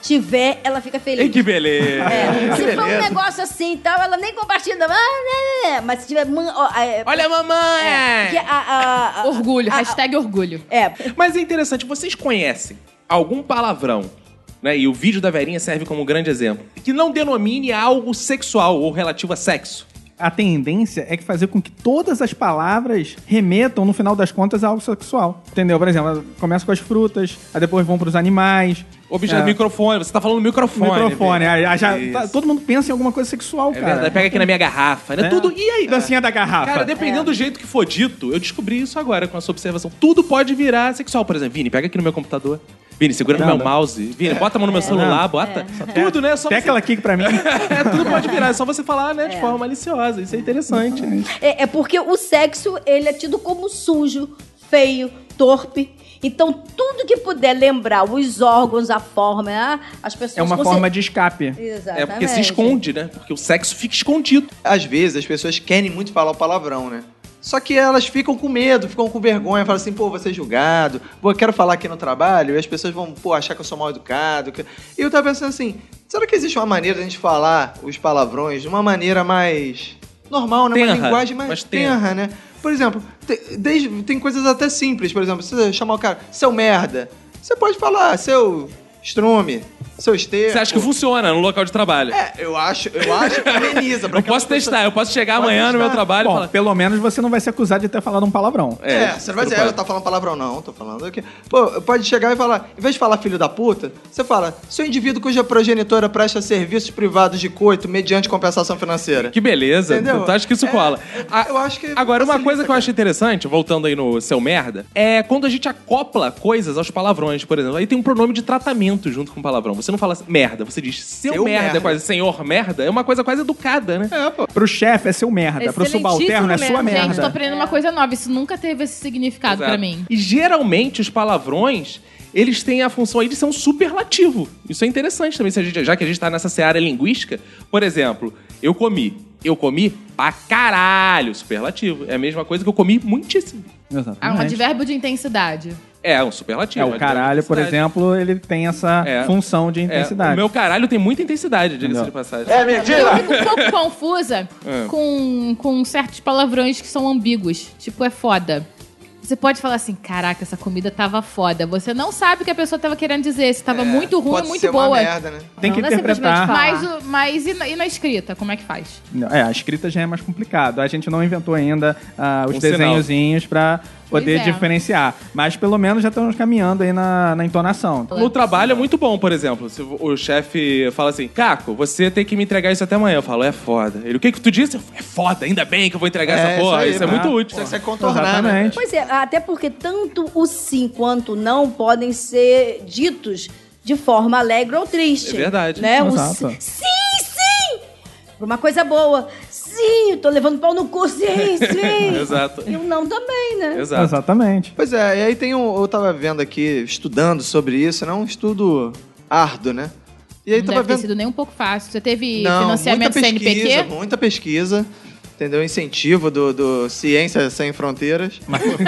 tiver, ela fica feliz. Ei, que beleza. É, Que se for um beleza. negócio assim e tal, ela nem compartilha. Ah, né, né, mas se tiver... man- ó, é, Olha a mamãe! É, que a- a- a- Orgulho, a- hashtag orgulho. É. Mas é interessante, vocês conhecem algum palavrão, né? E o vídeo da Verinha serve como um grande exemplo, que não denomine algo sexual ou relativo a sexo. A tendência é que fazer com que todas as palavras remetam, no final das contas, a algo sexual. Entendeu? Por exemplo, começa com as frutas, aí depois vão pros animais. Objeto, É. microfone, você tá falando microfone. Microfone. Aí, aí já, Isso. tá- todo mundo pensa em alguma coisa sexual, É cara. verdade, pega aqui na minha garrafa, né? É. Tudo. E aí? Dancinha da garrafa. Cara, dependendo do jeito que for dito, eu descobri isso agora com a sua observação. Tudo pode virar sexual. Por exemplo, Vini, pega aqui no meu computador. Vini, segura no Nada. meu mouse. Vini, bota a mão no meu celular, Não. bota. Tudo, né? Só Tecla você... aqui pra mim. É, tudo pode virar. É só você falar, né, de forma maliciosa. Isso é interessante. É, é porque o sexo, ele é tido como sujo, feio, torpe. Então, tudo que puder lembrar os órgãos, a forma, ah, as pessoas... É uma conse- forma de escape. Exatamente. É porque se esconde, né? Porque o sexo fica escondido. Às vezes as pessoas querem muito falar o palavrão, né? Só que elas ficam com medo, ficam com vergonha, falam assim, pô, vou ser julgado, pô, eu quero falar aqui no trabalho, e as pessoas vão, pô, achar que eu sou mal educado. que- E eu tava pensando assim, será que existe uma maneira de a gente falar os palavrões de uma maneira mais normal, né? Uma Tenra, linguagem mais mais tenra. tenra, né? Por exemplo, te- desde, tem coisas até simples, por exemplo, você chamar o cara, seu merda, você pode falar, seu estrume, seu esteiro. Você acha que funciona no local de trabalho? É, eu acho, eu acho que ameniza. pra Eu aquela posso testar, pessoa- eu posso chegar Pode amanhã no meu testar. trabalho e Bom, falar. pelo menos você não vai ser acusado de ter falado um palavrão. É, você não vai dizer, pode. ela tá falando palavrão, não, tô falando aqui. Pô, pode chegar e falar, em vez de falar filho da puta, você fala, seu indivíduo cuja progenitora presta serviços privados de coito mediante compensação financeira. Que beleza. Entendeu? Tu acha que isso É, cola? A- eu acho que Agora, uma facilita, coisa que eu cara. acho interessante, voltando aí no seu merda, é quando a gente acopla coisas aos palavrões, por exemplo. Aí tem um pronome de tratamento junto com o palavrão. Você não fala assim, merda, você diz seu, Seu merda, merda. quase senhor merda. É uma coisa quase educada, né? É, pô. Pro chefe é seu merda, pro subalterno é sua merda. Gente, tô aprendendo uma coisa nova. Isso nunca teve esse significado Exato. pra mim. E geralmente os palavrões, eles têm a função aí de ser um superlativo. Isso é interessante também, se a gente- já que a gente tá nessa seara linguística. Por exemplo, eu comi. Eu comi pra caralho, superlativo. É a mesma coisa que eu comi muitíssimo. Exatamente. Ah, um advérbio de intensidade. É, um superlativo. É, um o caralho, por intensidade. exemplo, ele tem essa É. função de É, intensidade. o meu caralho tem muita intensidade, diga-se Entendeu? de passagem. Eu fico um pouco confusa É. com, com certos palavrões que são ambíguos. Tipo, é foda. Você pode falar assim, caraca, essa comida tava foda. Você não sabe o que a pessoa tava querendo dizer. Se tava muito ruim ou Pode muito ser boa. uma merda, né? Tem que Não, não é interpretar. simplesmente Mas, o- mas e, na, e na escrita, como é que faz? Não, É, a escrita já é mais complicado. A gente não inventou ainda ah, os Um sinal. desenhozinhos pra poder Pois é. diferenciar. Mas pelo menos já estamos caminhando aí na, na entonação. No trabalho é muito bom, por exemplo. Se o chefe fala assim, Caco, você tem que me entregar isso até amanhã. Eu falo, é foda. Ele, o que que tu disse? Eu falo, é foda, ainda bem que eu vou entregar essa porra. Isso, é né? muito útil. Isso é contornar, né? Exatamente. Pois é, até porque tanto o sim quanto o não podem ser ditos de forma alegre ou triste. É verdade. Né? O Exato. sim, sim, sim! Por uma coisa boa. Sim, eu tô levando pau no cu, sim, sim. Exato. E o não também, né? Exato. Exatamente. Pois é, e aí tem um. Eu tava vendo aqui, estudando sobre isso, né? Um estudo árduo, né? E aí Não tava deve ter vendo. sido nem um pouco fácil. Você teve Não, financiamento muita C N P pesquisa, Q? muita pesquisa. Entendeu? Incentivo do, do Ciência Sem Fronteiras.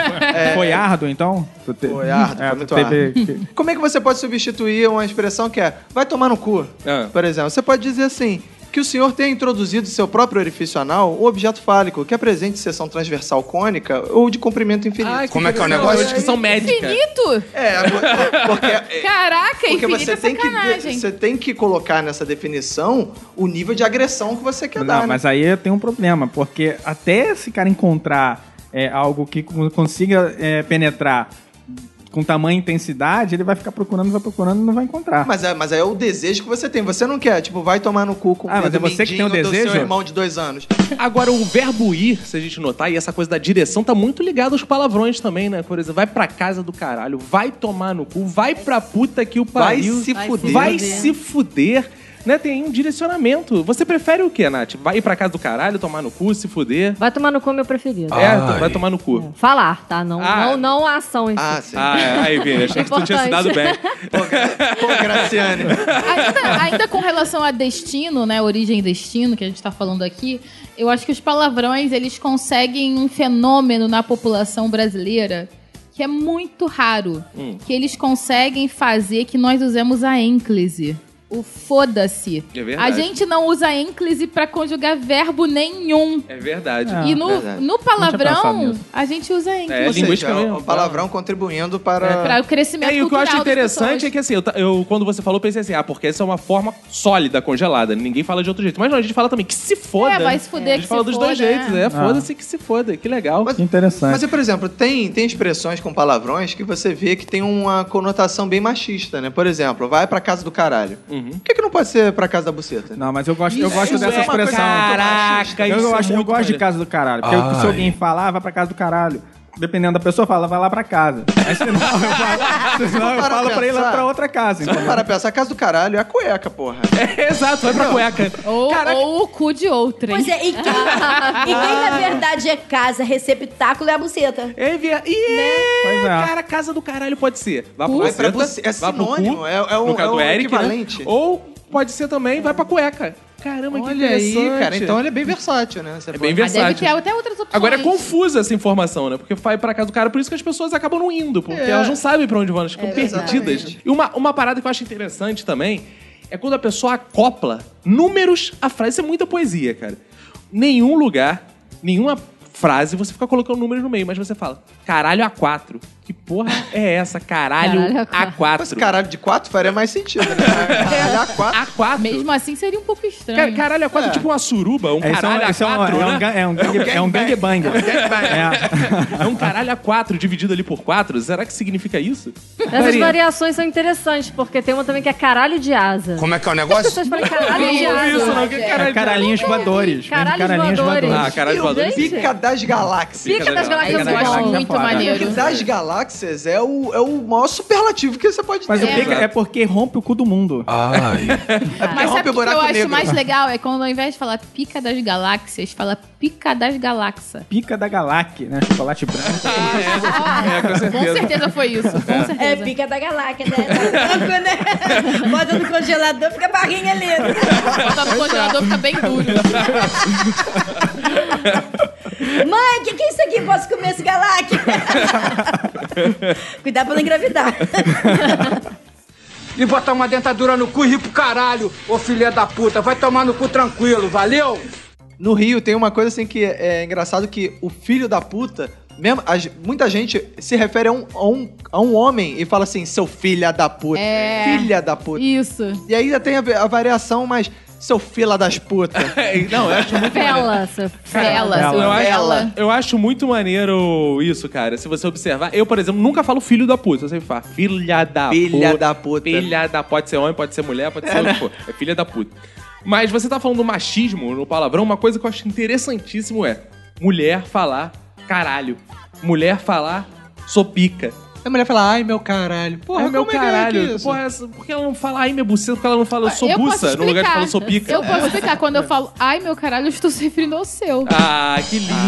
Foi árduo, então? Tu te- Foi árduo, É, foi tu muito teve árduo. que- Como é que você pode substituir uma expressão que é vai tomar no cu? Ah. Por exemplo, você pode dizer assim, que o senhor tenha introduzido seu próprio orifício anal ou objeto fálico que apresente seção transversal cônica ou de comprimento infinito. Ai, Como é que é o interessante. negócio? Discussão médica. Infinito? É, porque... Caraca, Porque infinito você é tem, que, sacanagem. você tem que colocar nessa definição o nível de agressão que você quer dar. Não, né? mas aí tem um problema, porque até esse cara encontrar é, algo que consiga é, penetrar com tamanha intensidade, ele vai ficar procurando, vai procurando e não vai encontrar. Mas é, mas é o desejo que você tem. Você não quer, tipo, vai tomar no cu com Ah, mas dedo é você que tem o mindinho do desejo? seu irmão de dois anos. Agora, o verbo ir, se a gente notar, e essa coisa da direção tá muito ligado aos palavrões também, né? Por exemplo, vai pra casa do caralho, vai tomar no cu, vai pra puta que o Vai pariu. se Vai fuder. Vai se fuder. Né? Tem um direcionamento. Você prefere o quê, Nath? Vai ir pra casa do caralho, tomar no cu, se fuder? Vai tomar no cu, meu preferido. É, vai tomar no cu. Falar, tá? Não, Ah. não, não a ação em si. Ah, sim. Ah, é. Aí, Vini, achei que tu tinha se dado bem. Pô, Graciane. Ainda, ainda com relação a destino, né? Origem e destino, que a gente tá falando aqui, eu acho que os palavrões, eles conseguem um fenômeno na população brasileira que é muito raro. Hum. Que eles conseguem fazer que nós usemos a ênclise. o foda-se. É verdade. A gente não usa ênclise pra conjugar verbo nenhum. É verdade. E no, verdade. no palavrão, a gente usa ênclise. É, Ou linguística seja, mesmo. o palavrão contribuindo para... Para o crescimento É, e o que eu cultural acho das interessante pessoas. é que assim, eu, ta- eu, quando você falou, eu pensei assim, ah, porque essa é uma forma sólida, congelada. Ninguém fala de outro jeito. Mas não, a gente fala também que se foda. É, vai se fuder, A gente que fala se dos foda, dois jeitos, é. é. Foda-se que se foda. Que legal. Mas, Interessante. mas, por exemplo, tem, tem expressões com palavrões que você vê que tem uma conotação bem machista, né? Por exemplo, vai pra casa do caralho. Uhum. Por que, que não pode ser pra casa da buceta? Não, mas eu gosto, eu Isso gosto é dessa uma coisa expressão. muito Caraca, eu isso é gosto, eu muito gosto de maneiro. casa do caralho. Porque eu- se Ai. alguém falar, vai pra casa do caralho. Dependendo da pessoa, fala, vai lá pra casa. Aí senão eu falo, senão eu Para falo pra ir lá pensar. pra outra casa. Se for Entendeu? para pensar, a casa do caralho é a cueca, porra. É, exato, vai pra cueca. Ou, ou o cu de outra. Pois é, e quem, e quem na verdade é casa, receptáculo é a buceta. É, via... Ih, Pois é. cara, casa do caralho pode ser. Vai pro Vai pra buceta, buce- é vai pro sinônimo, cu, é- é o- no caso é do o Eric, né? equivalente. Ou pode ser também, vai pra cueca. Caramba, que Olha aí, interessante. cara. Então ele é bem versátil, né? Você É pode- bem Mas deve versátil. ter até outras opções. Agora é confusa essa informação, né? Porque vai pra casa do cara, por isso que as pessoas acabam não indo, porque É. elas não sabem pra onde vão, elas ficam É, perdidas. exatamente. E uma, uma parada que eu acho interessante também é quando a pessoa acopla números à frase. Isso é muita poesia, cara. Nenhum lugar, nenhuma frase, você fica colocando números no meio, mas você fala, caralho A quatro. Que porra é essa? Caralho, Caralho, A quatro. Mas caralho de quatro faria mais sentido, né? Caralho, A quatro. A quatro. Mesmo assim seria um pouco estranho. Cara, caralho A quatro é É. tipo uma suruba, um É, isso é um- caralho isso é A um- quatro, é um né? ga- é um gang- é um gangbang. É. É um caralho A quatro dividido ali por quatro. Será que significa isso? Essas Maria. variações são interessantes, porque tem uma também que é caralho de asa. Como é que é o As negócio? pessoas falam caralho de Não ouvi isso, asa. não. Que caralho É caralhinhos voadores. Vem de Caralhos caralhinhos voadores. Ah, caralho voadores. Gente, Pica das galáxias. Pica das Aí galáxias eu é gosto Galáxia bom. muito foda. maneiro. Pica das galáxias é o, é o maior superlativo que você pode Mas ter. o pica é porque rompe o cu do mundo. Ai. Mas rompe sabe o o que buraco eu acho negro. mais legal? É quando ao invés de falar pica das galáxias, fala pica das galáxias. Pica da galáxia, né? Chocolate branco. É, com Com certeza. certeza foi isso. Com certeza. É pica da galáxia, né? Tá branco, né? Bota no congelador, fica barrinha ali. Botar no congelador fica bem duro. Mãe, o que, que é isso aqui? Posso comer esse galáxia? Cuidado pra não engravidar. E botar uma dentadura no cu e rir pro caralho, ô filha da puta. Vai tomar no cu tranquilo, valeu? No Rio tem uma coisa assim que é, é engraçado que o filho da puta, mesmo, a ge- muita gente se refere a um, a, um, a um homem e fala assim, seu filha da puta. É. Filha da puta. Isso. E aí ainda tem a, a variação, mas seu fila das putas. Não, eu acho muito Fela, seu Fela, Fela. seu Eu acho, fela. eu acho muito maneiro isso, cara. Se você observar, eu, por exemplo, nunca falo filho da puta. Eu sempre falo filha da Filha puta. da puta. Filha da... Pode ser homem, pode ser mulher, pode ser o que for. É filha da puta. Mas você tá falando do machismo no palavrão, uma coisa que eu acho interessantíssimo é mulher falar caralho. Mulher falar sou pica. A mulher fala, ai meu caralho. Porra, Ai, meu como é que é caralho. isso? Porra, essa- por que ela não fala ai, minha buceta? Por que ela não fala eu sou Eu posso buça no lugar de explicar. falar sou pica? Eu posso explicar. Quando eu falo, ai meu caralho, eu estou se referindo ao seu. Ah, que lindo.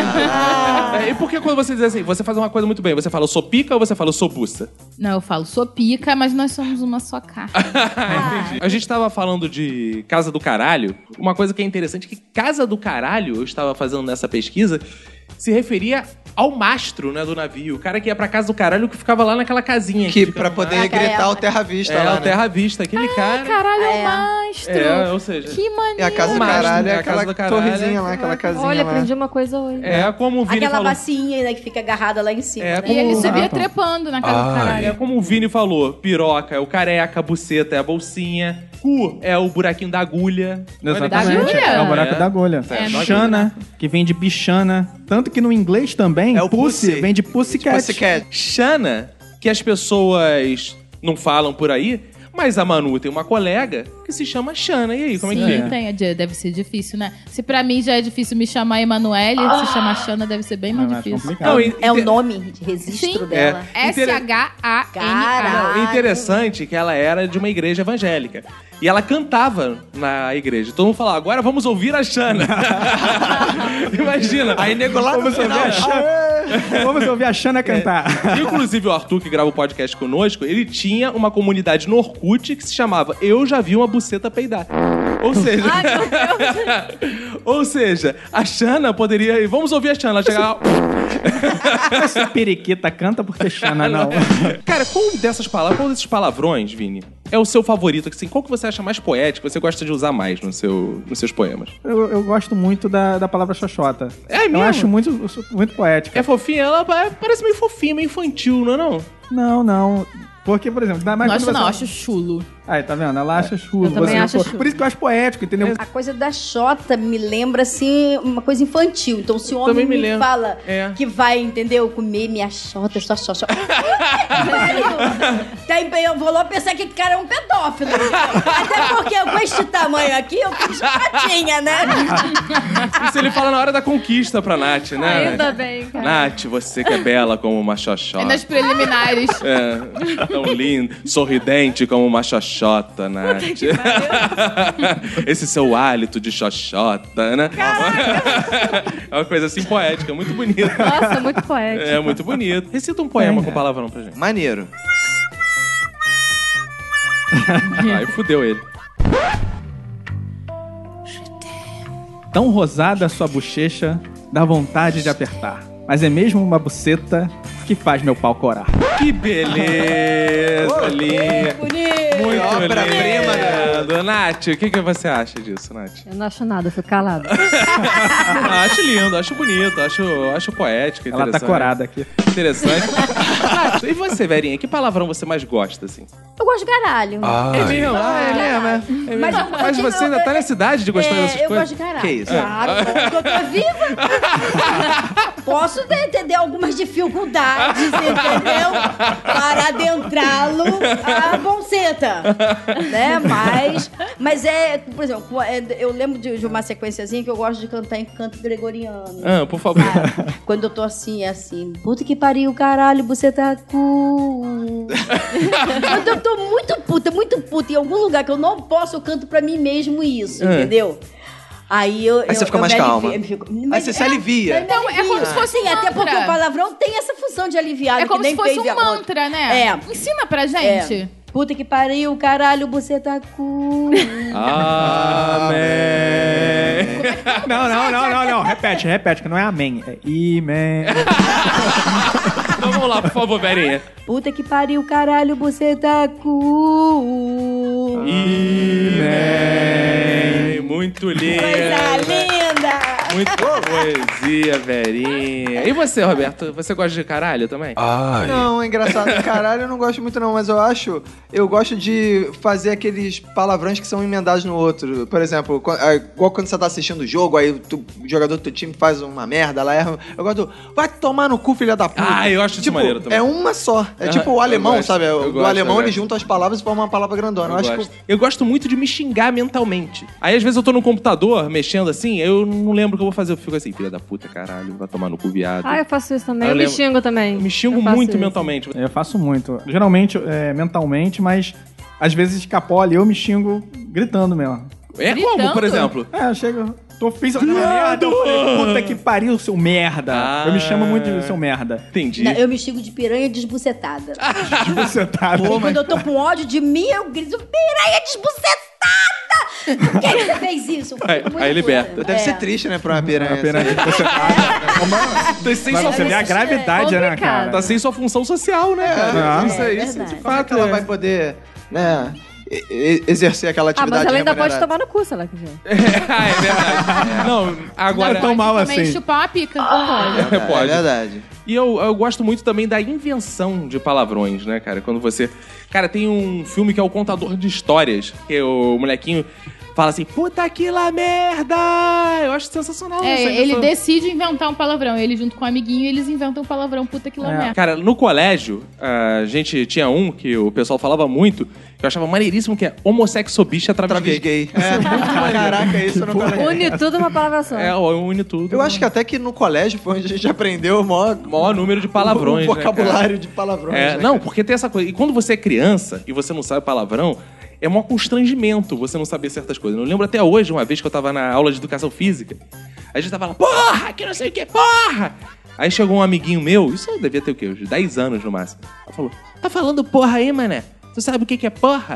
É, e por que quando você diz assim, você faz uma coisa muito bem, você fala eu sou pica ou você fala eu sou buça? Não, eu falo, sou pica, mas nós somos uma só carne. Entendi. A gente tava falando de Casa do Caralho. Uma coisa que é interessante é que Casa do Caralho, eu estava fazendo nessa pesquisa, se referia ao mastro, né, do navio. O cara que ia pra Casa do Caralho que ficava lá naquela casinha. Que fica pra no poder mar. gritar o Terra Vista É, lá, o né? Terra Vista. Aquele cara... Caralho, é o É. mastro. É, ou seja... Que maneiro. E a Casa do Mastro, Caralho né? é A aquela Casa do Caralho torrezinha é- lá, aquela casinha Olha, lá. aprendi uma coisa hoje. É como o Vini Aquela falou... bacinha né, que fica agarrada lá em cima. É, né? E ele subia Ah, tá. trepando na casa do Ai. caralho. É como o Vini falou, piroca é o careca, buceta é a bolsinha, cu é o buraquinho da agulha. Exatamente. agulha? É o buraco É. da agulha. É, Bichana, que vem de bichana. Tanto que no inglês também, É o pussy, pussy. vem de pussycat. Pussycat. Xana, que as pessoas não falam por aí, mas a Manu tem uma colega que se chama Xana. E aí, como é que Sim, fica? tem, é, deve ser difícil, né? Se pra mim já é difícil me chamar Emanuele, se chamar Xana deve ser bem mais É mais difícil. complicado. Não, e- É o inte- nome de registro Sim. dela. É. S H A N A. Cara. Não, interessante que ela era de uma igreja evangélica. E ela cantava na igreja. Todo mundo falava, agora vamos ouvir a Xana. Imagina. Aí nego lá no Vamos ouvir final. a Xana, vamos ouvir a Xana cantar. Inclusive, o Arthur, que grava o podcast conosco, ele tinha uma comunidade no Orkut que se chamava Eu Já Vi Uma Buceta Peidar. Ou seja... Ou seja, a Xana poderia... Vamos ouvir a Xana. Ela chegar... Essa periquita canta porque Xana não. Cara, qual dessas palavras, qual desses palavrões, Vini, é o seu favorito? Assim, qual que você acha mais poético, você gosta de usar mais no seu, nos seus poemas? Eu, eu gosto muito da, da palavra xoxota. É mesmo? Eu acho muito, muito poética. É fofinha? Ela parece meio fofinha, meio infantil, não é não? Não, não. Porque, por exemplo... Mas não acho você... não, acho chulo. Aí, tá vendo? Ela acha chulo. Eu também Você- acho por, chulo. por isso que eu acho poético, entendeu? A coisa da Xota me lembra, assim, uma coisa infantil. Então, se o homem Também me me, lembra. fala É. que vai, entendeu, comer minha Xota, sua Xota... Daí eu vou lá pensar que o cara é um pedófilo. Até porque com este tamanho aqui, eu fiz Xotinha, né? Isso ele fala na hora da conquista pra Nath, né? Ainda bem, cara. Nath, você que é bela como uma xoxota. É nas preliminares. É, tão linda, sorridente como uma xoxota, Nath. Esse seu hálito de xoxota, né? É uma coisa assim poética, muito bonita. Nossa, muito poético. É, muito bonito. Recita um poema É. com palavrão pra gente. Maneiro. Aí fudeu ele. Tão rosada a sua bochecha, dá vontade de apertar. Mas é mesmo uma buceta que faz meu pau corar. Que beleza, linda. Muito obra-prima, lindo. Nath, o que, que você acha disso, Nath? Eu não acho nada, eu fico calado. Ah, acho lindo, acho bonito, acho, acho poético, Ela tá interessante. corada aqui. Interessante. Nath, e você, Verinha, que palavrão você mais gosta, assim? Eu gosto de caralho. É mesmo? Ah, é mesmo, é. É Mas mesmo. eu- Mas eu- você eu- ainda tá nessa idade de gostar É, dessas eu coisas? gosto de caralho. Que isso? Claro, porque eu tô viva. Posso ter, entender algumas dificuldades, entendeu? Para adentrá-lo a bonceta, né? Mas, mas é, por exemplo, é, eu lembro de, de uma sequenciazinha que eu gosto de cantar em canto gregoriano. Ah, por favor. Quando eu tô assim, é assim, puta que pariu, caralho, você tá cu. Quando eu tô muito puta, muito puta, em algum lugar que eu não posso, eu canto pra mim mesmo isso, É. entendeu? Aí eu. Aí eu, você fica eu mais me calma. alivio, eu fico- Aí mas você se é- alivia. Então, é como se fosse Sim, um até mantra. porque o palavrão tem essa função de aliviar. É como que nem se fosse baby um agora. mantra, né? É. Ensina pra gente. É. Puta que pariu, caralho, você tá cu. Amém. Não, não, não, não, não. Repete, repete, que não é amém. É imém. Então vamos lá, por favor, Verinha. Puta que pariu, caralho, você tá cu. Amém. Muito lindo. Coisa linda. Muito poesia, Verinha. E você, Roberto? Você gosta de caralho também? Ai. Não, é engraçado. Caralho, eu não gosto muito não, mas eu acho... Eu gosto de fazer aqueles palavrões que são emendados no outro. Por exemplo, qu- ah, igual quando você tá assistindo o jogo, aí tu- o jogador do teu time faz uma merda, ela erra. Eu gosto do... Vai tomar no cu, filha da puta. Ah, eu acho isso tipo, maneiro também. É uma só. É Ah, tipo o eu alemão, gosto, sabe? eu O do gosto, alemão eu ele gosto. junta as palavras e forma uma palavra grandona. Eu, Eu acho gosto. que... Eu gosto muito de me xingar mentalmente. Aí, às vezes, eu tô no computador, mexendo assim, eu não lembro o que eu vou fazer. Eu fico assim, filha da puta, caralho, vai tomar no cu, viado. Ah, eu faço isso também. Ah, eu Eu, me lembro- xingo também. Eu me xingo Eu faço muito isso. mentalmente. Eu faço muito. Geralmente, é, mentalmente, mas às vezes escapola e eu me xingo gritando mesmo. É como, por exemplo? É, eu chego... Tô pensando na merda, eu falei, puta que pariu, seu merda. Ah. Eu me chamo muito de seu merda. Entendi. Não, eu me xingo de piranha desbucetada. Desbucetada. E quando eu tô com ódio de mim, eu grito, piranha desbucetada! Por que, que você fez isso? Eu fico Aí- muito aí liberta. puta. Deve É. ser triste, né, pra uma piranha. Uma piranha assim. desbucetada. Sem Mas sua você vê a função- gravidade, né, cara? Tá sem sua função social, né, cara? É. Isso aí, É isso verdade. de Como é fato. que ela é. vai poder, né, e- e- exercer aquela Ah, atividade mas ela ainda pode remunerada? tomar no cu, se ela quiser. Ah, é verdade. Não, agora... Não é tão mal Também assim. chupar uma pica. É, Pode. É verdade. E eu, eu gosto muito também da invenção de palavrões, né, cara? Quando você... Cara, tem um filme que é O Contador de Histórias, que o molequinho fala assim, puta que lá merda! Eu acho sensacional. É, essa ele invenção. decide inventar um palavrão. Ele junto com o amiguinho, eles inventam um palavrão puta que lá É. merda. Cara, no colégio, a gente tinha um que o pessoal falava muito, que eu achava maneiríssimo, que é homossexobicha travis Travis gay. gay. É, muito maneiro. Caraca, isso eu não conheço. Une tudo uma palavra só. É, une tudo. Eu acho que até que no colégio foi onde a gente aprendeu o maior, O maior número de palavrões, o né, vocabulário de palavrões. É, né, não, cara? porque tem essa coisa. E quando você é criança e você não sabe palavrão, é maior constrangimento você não saber certas coisas. Eu lembro até hoje, uma vez que eu tava na aula de educação física, a gente tava lá, porra, que não sei o que, porra! Aí chegou um amiguinho meu, isso eu devia ter o quê? Uns dez anos no máximo. Ele falou, tá falando porra aí, mané? Tu sabe o que que é porra?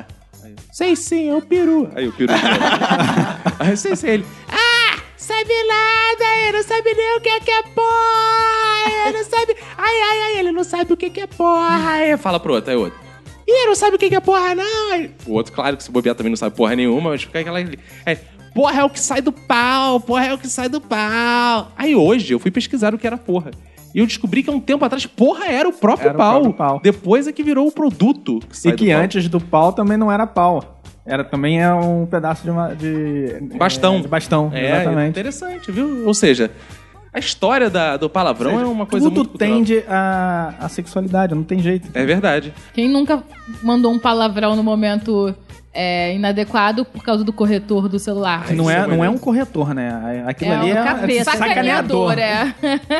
Aí eu, sei sim, é o peru. Aí o peru. Aí eu, sei sim, ele... Ah, sabe nada, ele não sabe nem o que é que é porra. Ele não sabe... Ai, ai, ai, ele não sabe o que que é porra. Aí fala pro outro, aí o outro. Ih, ele não sabe o que que é porra, não. Aí, o outro, claro que se bobear também não sabe porra nenhuma, mas fica aquela... Aí, porra é o que sai do pau, porra é o que sai do pau. Aí hoje eu fui pesquisar o que era porra. E eu descobri que há um tempo atrás, porra, era o próprio, Era o pau. próprio pau. Depois é que virou o produto. Que sai E que do pau. antes do pau também não era pau. Era também é um pedaço de uma... De, Bastão. É, de bastão, É, exatamente. interessante, viu? Ou seja, a história da, do palavrão Ou seja, é uma coisa tudo muito cultural. tende à, à sexualidade, não tem jeito. É verdade. Quem nunca mandou um palavrão no momento é, inadequado por causa do corretor do celular? Ai, não, é, não é um corretor, né? Aquilo é ali um é, capeta. é sacaneador. Sacaneador, é.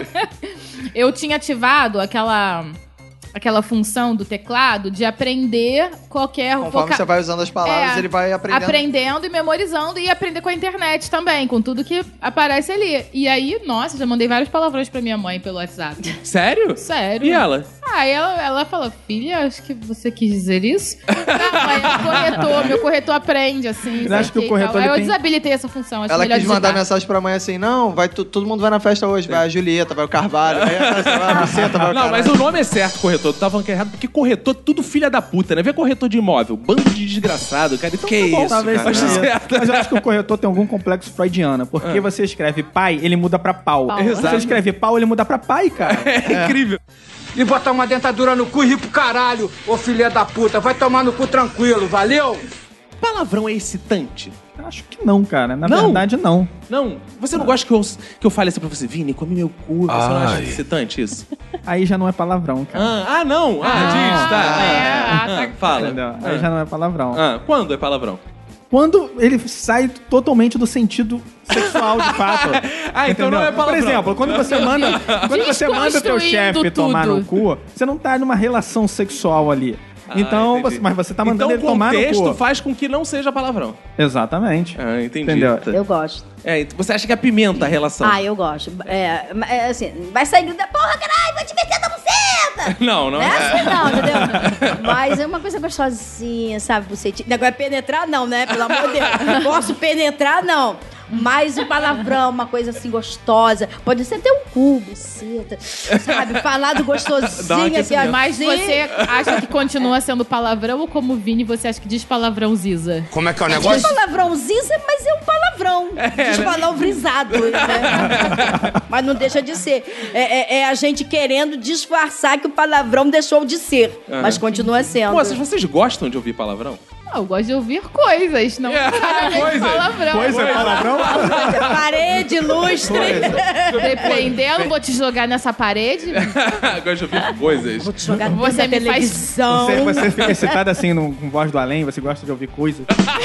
Eu tinha ativado aquela... aquela função do teclado de aprender qualquer... Conforme voca- você vai usando as palavras, É, ele vai aprendendo. Aprendendo e memorizando e aprender com a internet também, com tudo que aparece ali. E aí, nossa, já mandei vários palavrões pra minha mãe pelo WhatsApp. Sério? Sério. E ela? Ah, ela, ela falou, filha, acho que você quis dizer isso. Não, mãe, é o corretor, meu corretor aprende, assim. Ele acha que o e corretor, tal. ele Eu tem- desabilitei essa função, acho Ela melhor quis mandar digitar. mensagem pra mãe assim, não, vai, tu- todo mundo vai na festa hoje, vai a Julieta, vai o Carvalho, vai a, vai a Buceta, vai o Não, mas caralho. o nome é certo, corretor. Tu tava falando que é errado, porque corretor é tudo filha da puta, né? Vê corretor de imóvel, bando de desgraçado, cara. Então Que tá bom, isso, talvez cara. seja Não. certo. Mas eu acho que o corretor tem algum complexo freudiano. Porque Ah. você escreve pai, ele muda pra pau. Pau. Se Exato. você escreve pau, ele muda pra pai, cara. É incrível. E botar uma dentadura no cu e rir pro caralho, ô filha da puta. Vai tomar no cu tranquilo, valeu? Palavrão é excitante? Acho que não, cara. Na Não? verdade, não. Não? Você não gosta que eu, que eu fale assim pra você, Vini, come meu cu. Você não acha Ai. excitante isso? Aí já não é palavrão, cara. Ah, ah, não. Ah, Ah, diz, tá. é, Ah, ah, tá. ah, fala. Entendeu? Aí Ah. já não é palavrão. Ah, quando é palavrão? Quando ele sai totalmente do sentido sexual, de fato. Ah, então não é palavrão. Por exemplo, quando você manda, quando você manda teu chefe Desconstruindo tomar no tudo. cu, você não tá numa relação sexual ali. Ah, Então, entendi. você- mas você tá mandando então, ele tomar no o contexto cu. faz com que não seja palavrão. Exatamente. Ah, entendi. Entendeu? Eu gosto. É, então você acha que apimenta a relação? Ah, eu gosto. É, é assim, vai sair da porra, caralho, vai te meter da buceta! Não, não Não é é. assim não, entendeu? Mas é uma coisa gostosinha, sabe? Bucetinha. Agora, penetrar não, né? Pelo amor de Deus. Posso penetrar, não. Mas um palavrão, uma coisa assim gostosa. Pode ser até um cu, buceta. Sabe? Falar do Dá um gostosinho aqui, aquecimento. ó. Mas você acha que continua sendo palavrão ou como o Vini, você acha que diz palavrão ziza? Como é que é o Diz palavrão ziza, mas é um palavrão. Diz palavrizado, né? Mas não deixa de ser. É, é- é a gente querendo disfarçar que o palavrão deixou de ser. Aham. Mas continua sendo. Moças, vocês gostam de ouvir palavrão? Ah, eu gosto de ouvir coisas, não necessariamente coisas. palavrão. Coisa é palavrão? Parede, lustre. Dependendo, vou te jogar nessa parede. Gosto de ouvir coisas. Vou te jogar Você na me faz- televisão. Você, você fica excitada assim no, com voz do além, você gosta de ouvir coisas.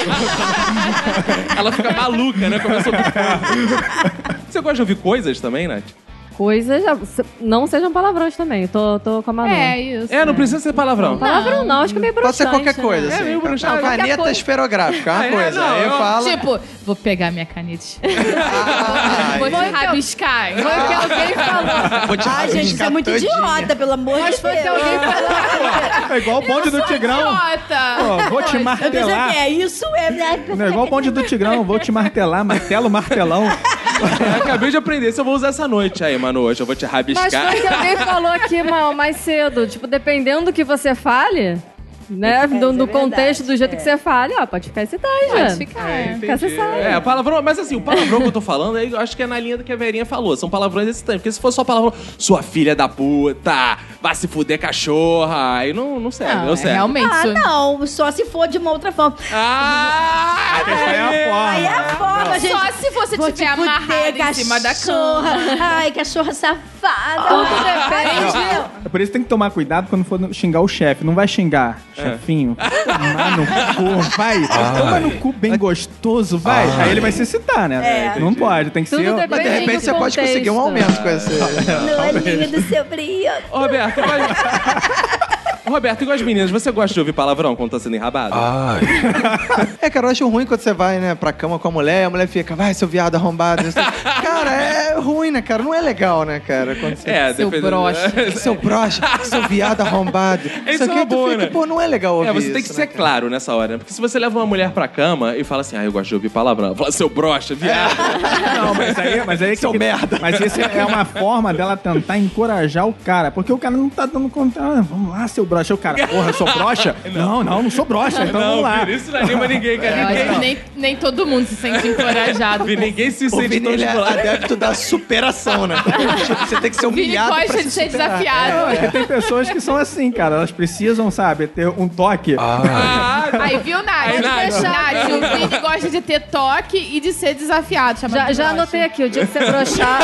Ela fica maluca, né? Começa a ouvir coisas. Você gosta de ouvir coisas também, Nath? Coisas já- se- não sejam palavrões também. Tô, tô com a Manu. É, isso. É, não precisa ser palavrão. Palavrão não, acho que é meio Pode ser broxante, qualquer coisa, né? assim. meio broxante. Não, Ah, qualquer caneta coisa. esferográfica, é uma Ah, é? coisa. Não, Aí eu- fala... Tipo, vou pegar minha caneta. Ah, vou te aí- rabiscar. Foi o que alguém falou. Vou te Ai, gente, isso é muito todinha. idiota, pelo amor Mas de foi o que Deus. alguém falou. É igual o bonde do Tigrão. Idiota. Pô, vou te Eu pensei martelar. que é isso, é... Não é igual o bonde do Tigrão, vou te martelar, martelo, martelão. Eu acabei de aprender, se eu vou usar essa noite aí, mano. Hoje eu vou te Mas rabiscar. foi o que alguém falou aqui mal, mais cedo. Tipo, dependendo do que você fale, né? do, do é contexto, verdade, do jeito é. que você fale, ó, pode ficar excitada. Pode ficar. É, Fica entendi. acessado. É, palavrão, mas assim, o palavrão que eu tô falando, aí eu acho que é na linha do que a Verinha falou. São palavrões excitantes. Porque se fosse só palavrão, sua filha da puta, vai se fuder cachorra, aí não, não serve, não, Não, é serve. realmente. Ah, isso- não, só se for de uma outra forma. Ah! A questão é a forma. Aí é a forma, gente. Só se você Vou tiver te fuder, amarrado em cima da cachorra. cama. Ai, cachorra safada. Tudo Ai, depende. meu. É por isso que tem que tomar cuidado quando for xingar o chefe. Não vai xingar, chefinho. Tomar no cu, vai. Toma no cu bem gostoso, vai. Aí ele vai se excitar, né? É. Não pode, tem que Tudo ser... depende. Mas de repente do você pode conseguir um contexto. aumento com esse... No olhinho do seu brilho. Ô, Roberto, mas... Roberto, igual as meninas, você gosta de ouvir palavrão quando tá sendo enrabado? Ai. É, cara, eu acho ruim quando você vai, né, pra cama com a mulher, a mulher fica, vai, seu viado arrombado. Cara, é ruim, né, cara? Não é legal, né, cara? Quando você... É, Seu dependendo- broxa. Seu broxa, seu viado arrombado. Isso é aqui, uma tu boa, fica, né? pô, não é legal ouvir É, você tem isso, que né, ser claro nessa hora, né? Porque se você leva uma mulher pra cama e fala assim, ah, eu gosto de ouvir palavrão. Fala, seu broxa, viado. Não, mas aí, mas aí Seu que, merda. Mas isso é uma forma dela tentar encorajar o cara, porque o cara não tá dando conta. Ah, vamos lá, seu broxa. O cara, porra, eu sou broxa? Não, não, não sou broxa, então Não, vamos lá. filho, isso não anima ninguém, cara. Eu acho Ninguém, que nem, nem todo mundo se sente encorajado. Vi, ninguém se O sente Vini, tão ele é estimulado. adepto da superação, né? Você tem que ser O Vini humilhado pra gosta se de ser superar. desafiado. É, tem pessoas que são assim, cara. Elas precisam, sabe, ter um toque. Ah, Aí, viu, Nath? Aí, Nath. Nath, o Vini gosta de ter toque e de ser desafiado. chamado Já, de já broxa. anotei aqui, o dia que você broxar.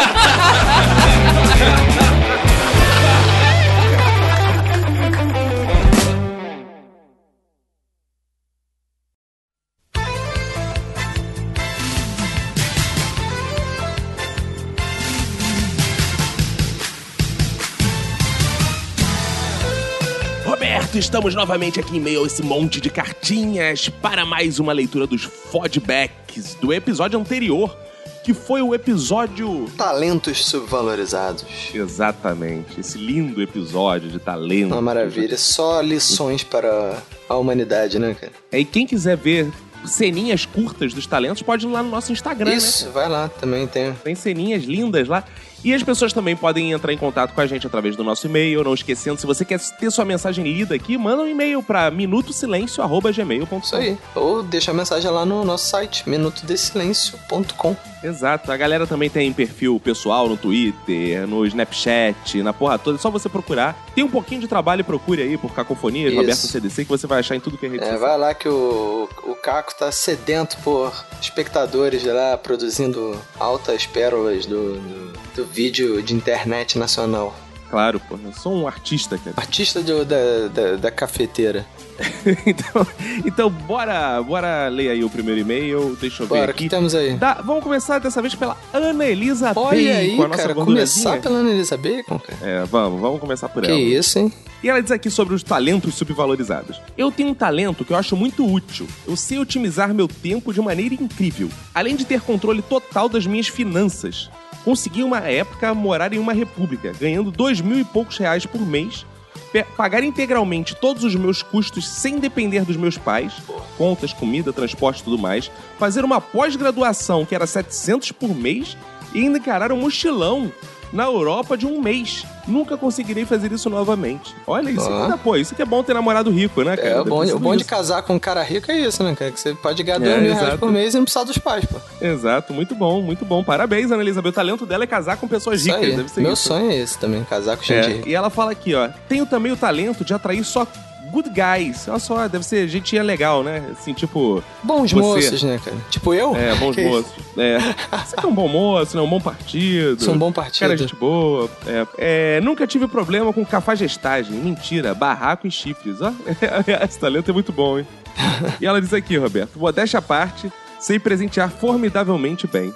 Roberto, estamos novamente aqui em meio a esse monte de cartinhas para mais uma leitura dos feedbacks do episódio anterior, que foi o episódio... Talentos subvalorizados. Exatamente, esse lindo episódio de talento. Uma maravilha, só lições para a humanidade, né, cara? E quem quiser ver ceninhas curtas dos talentos, pode ir lá no nosso Instagram, Isso, né? vai lá, também tem. Tem ceninhas lindas lá. E as pessoas também podem entrar em contato com a gente através do nosso e-mail. Não esquecendo, se você quer ter sua mensagem lida aqui, manda um e-mail para minutosilencio arroba gmail ponto com. Isso aí. Ou deixa a mensagem lá no nosso site, minuto de silêncio ponto com. Exato. A galera também tem perfil pessoal no Twitter, no Snapchat, na porra toda. É só você procurar. Tem um pouquinho de trabalho e procure aí por Cacofonias, Isso. Roberto C D C, que você vai achar em tudo que é rede É, social. vai lá que o, o Caco tá sedento por espectadores lá produzindo altas pérolas do, do, do vídeo de internet nacional. Claro, pô. Eu sou um artista, cara. Artista do- da, da, da cafeteira. então, então, bora, bora ler aí o primeiro e-mail. Deixa eu ver Bora, o aqui. que temos aí? Da- vamos começar dessa vez pela Ana Elisa Olha Bacon, aí, com a nossa cara, gordurazinha. começar pela Ana Elisa Bacon, cara. É, vamos, vamos começar por Que ela. isso, hein? E ela diz aqui sobre os talentos subvalorizados. Eu tenho um talento que eu acho muito útil. Eu sei otimizar meu tempo de maneira incrível. Além de ter controle total das minhas finanças. Consegui, uma época, morar em uma república, ganhando dois mil e poucos reais por mês, pe- pagar integralmente todos os meus custos sem depender dos meus pais, contas, comida, transporte e tudo mais, fazer uma pós-graduação que era setecentos por mês e ainda encarar um mochilão na Europa de um mês. Nunca conseguirei fazer isso novamente. Olha, isso, Ah. ah. pô, isso que é bom ter namorado rico, né, cara? É, o bom, Deve ser o bom de isso. casar com um cara rico é isso, né, cara? Que você pode ganhar É, dois mil reais exato. por mês e não precisar dos pais, pô. Exato, muito bom, muito bom. Parabéns, Ana Elisa. O talento dela é casar com pessoas Isso ricas, aí. deve ser Meu isso. sonho é esse também, casar com gente É, rica. e ela fala aqui, ó. Tenho também o talento de atrair só good guys. Olha só, deve ser gentinha legal, né? Assim, tipo... Bons você. moços, né, cara? Tipo eu? É, bons Que isso? moços. É. Você é um bom moço, né? Um bom partido. Sou um bom partido. Cara, gente boa. É. É, nunca tive problema com cafajestagem. Mentira. Barraco e chifres. Ó, esse talento é muito bom, hein? E ela diz aqui, Roberto. Modéstia à parte, sei presentear formidavelmente bem.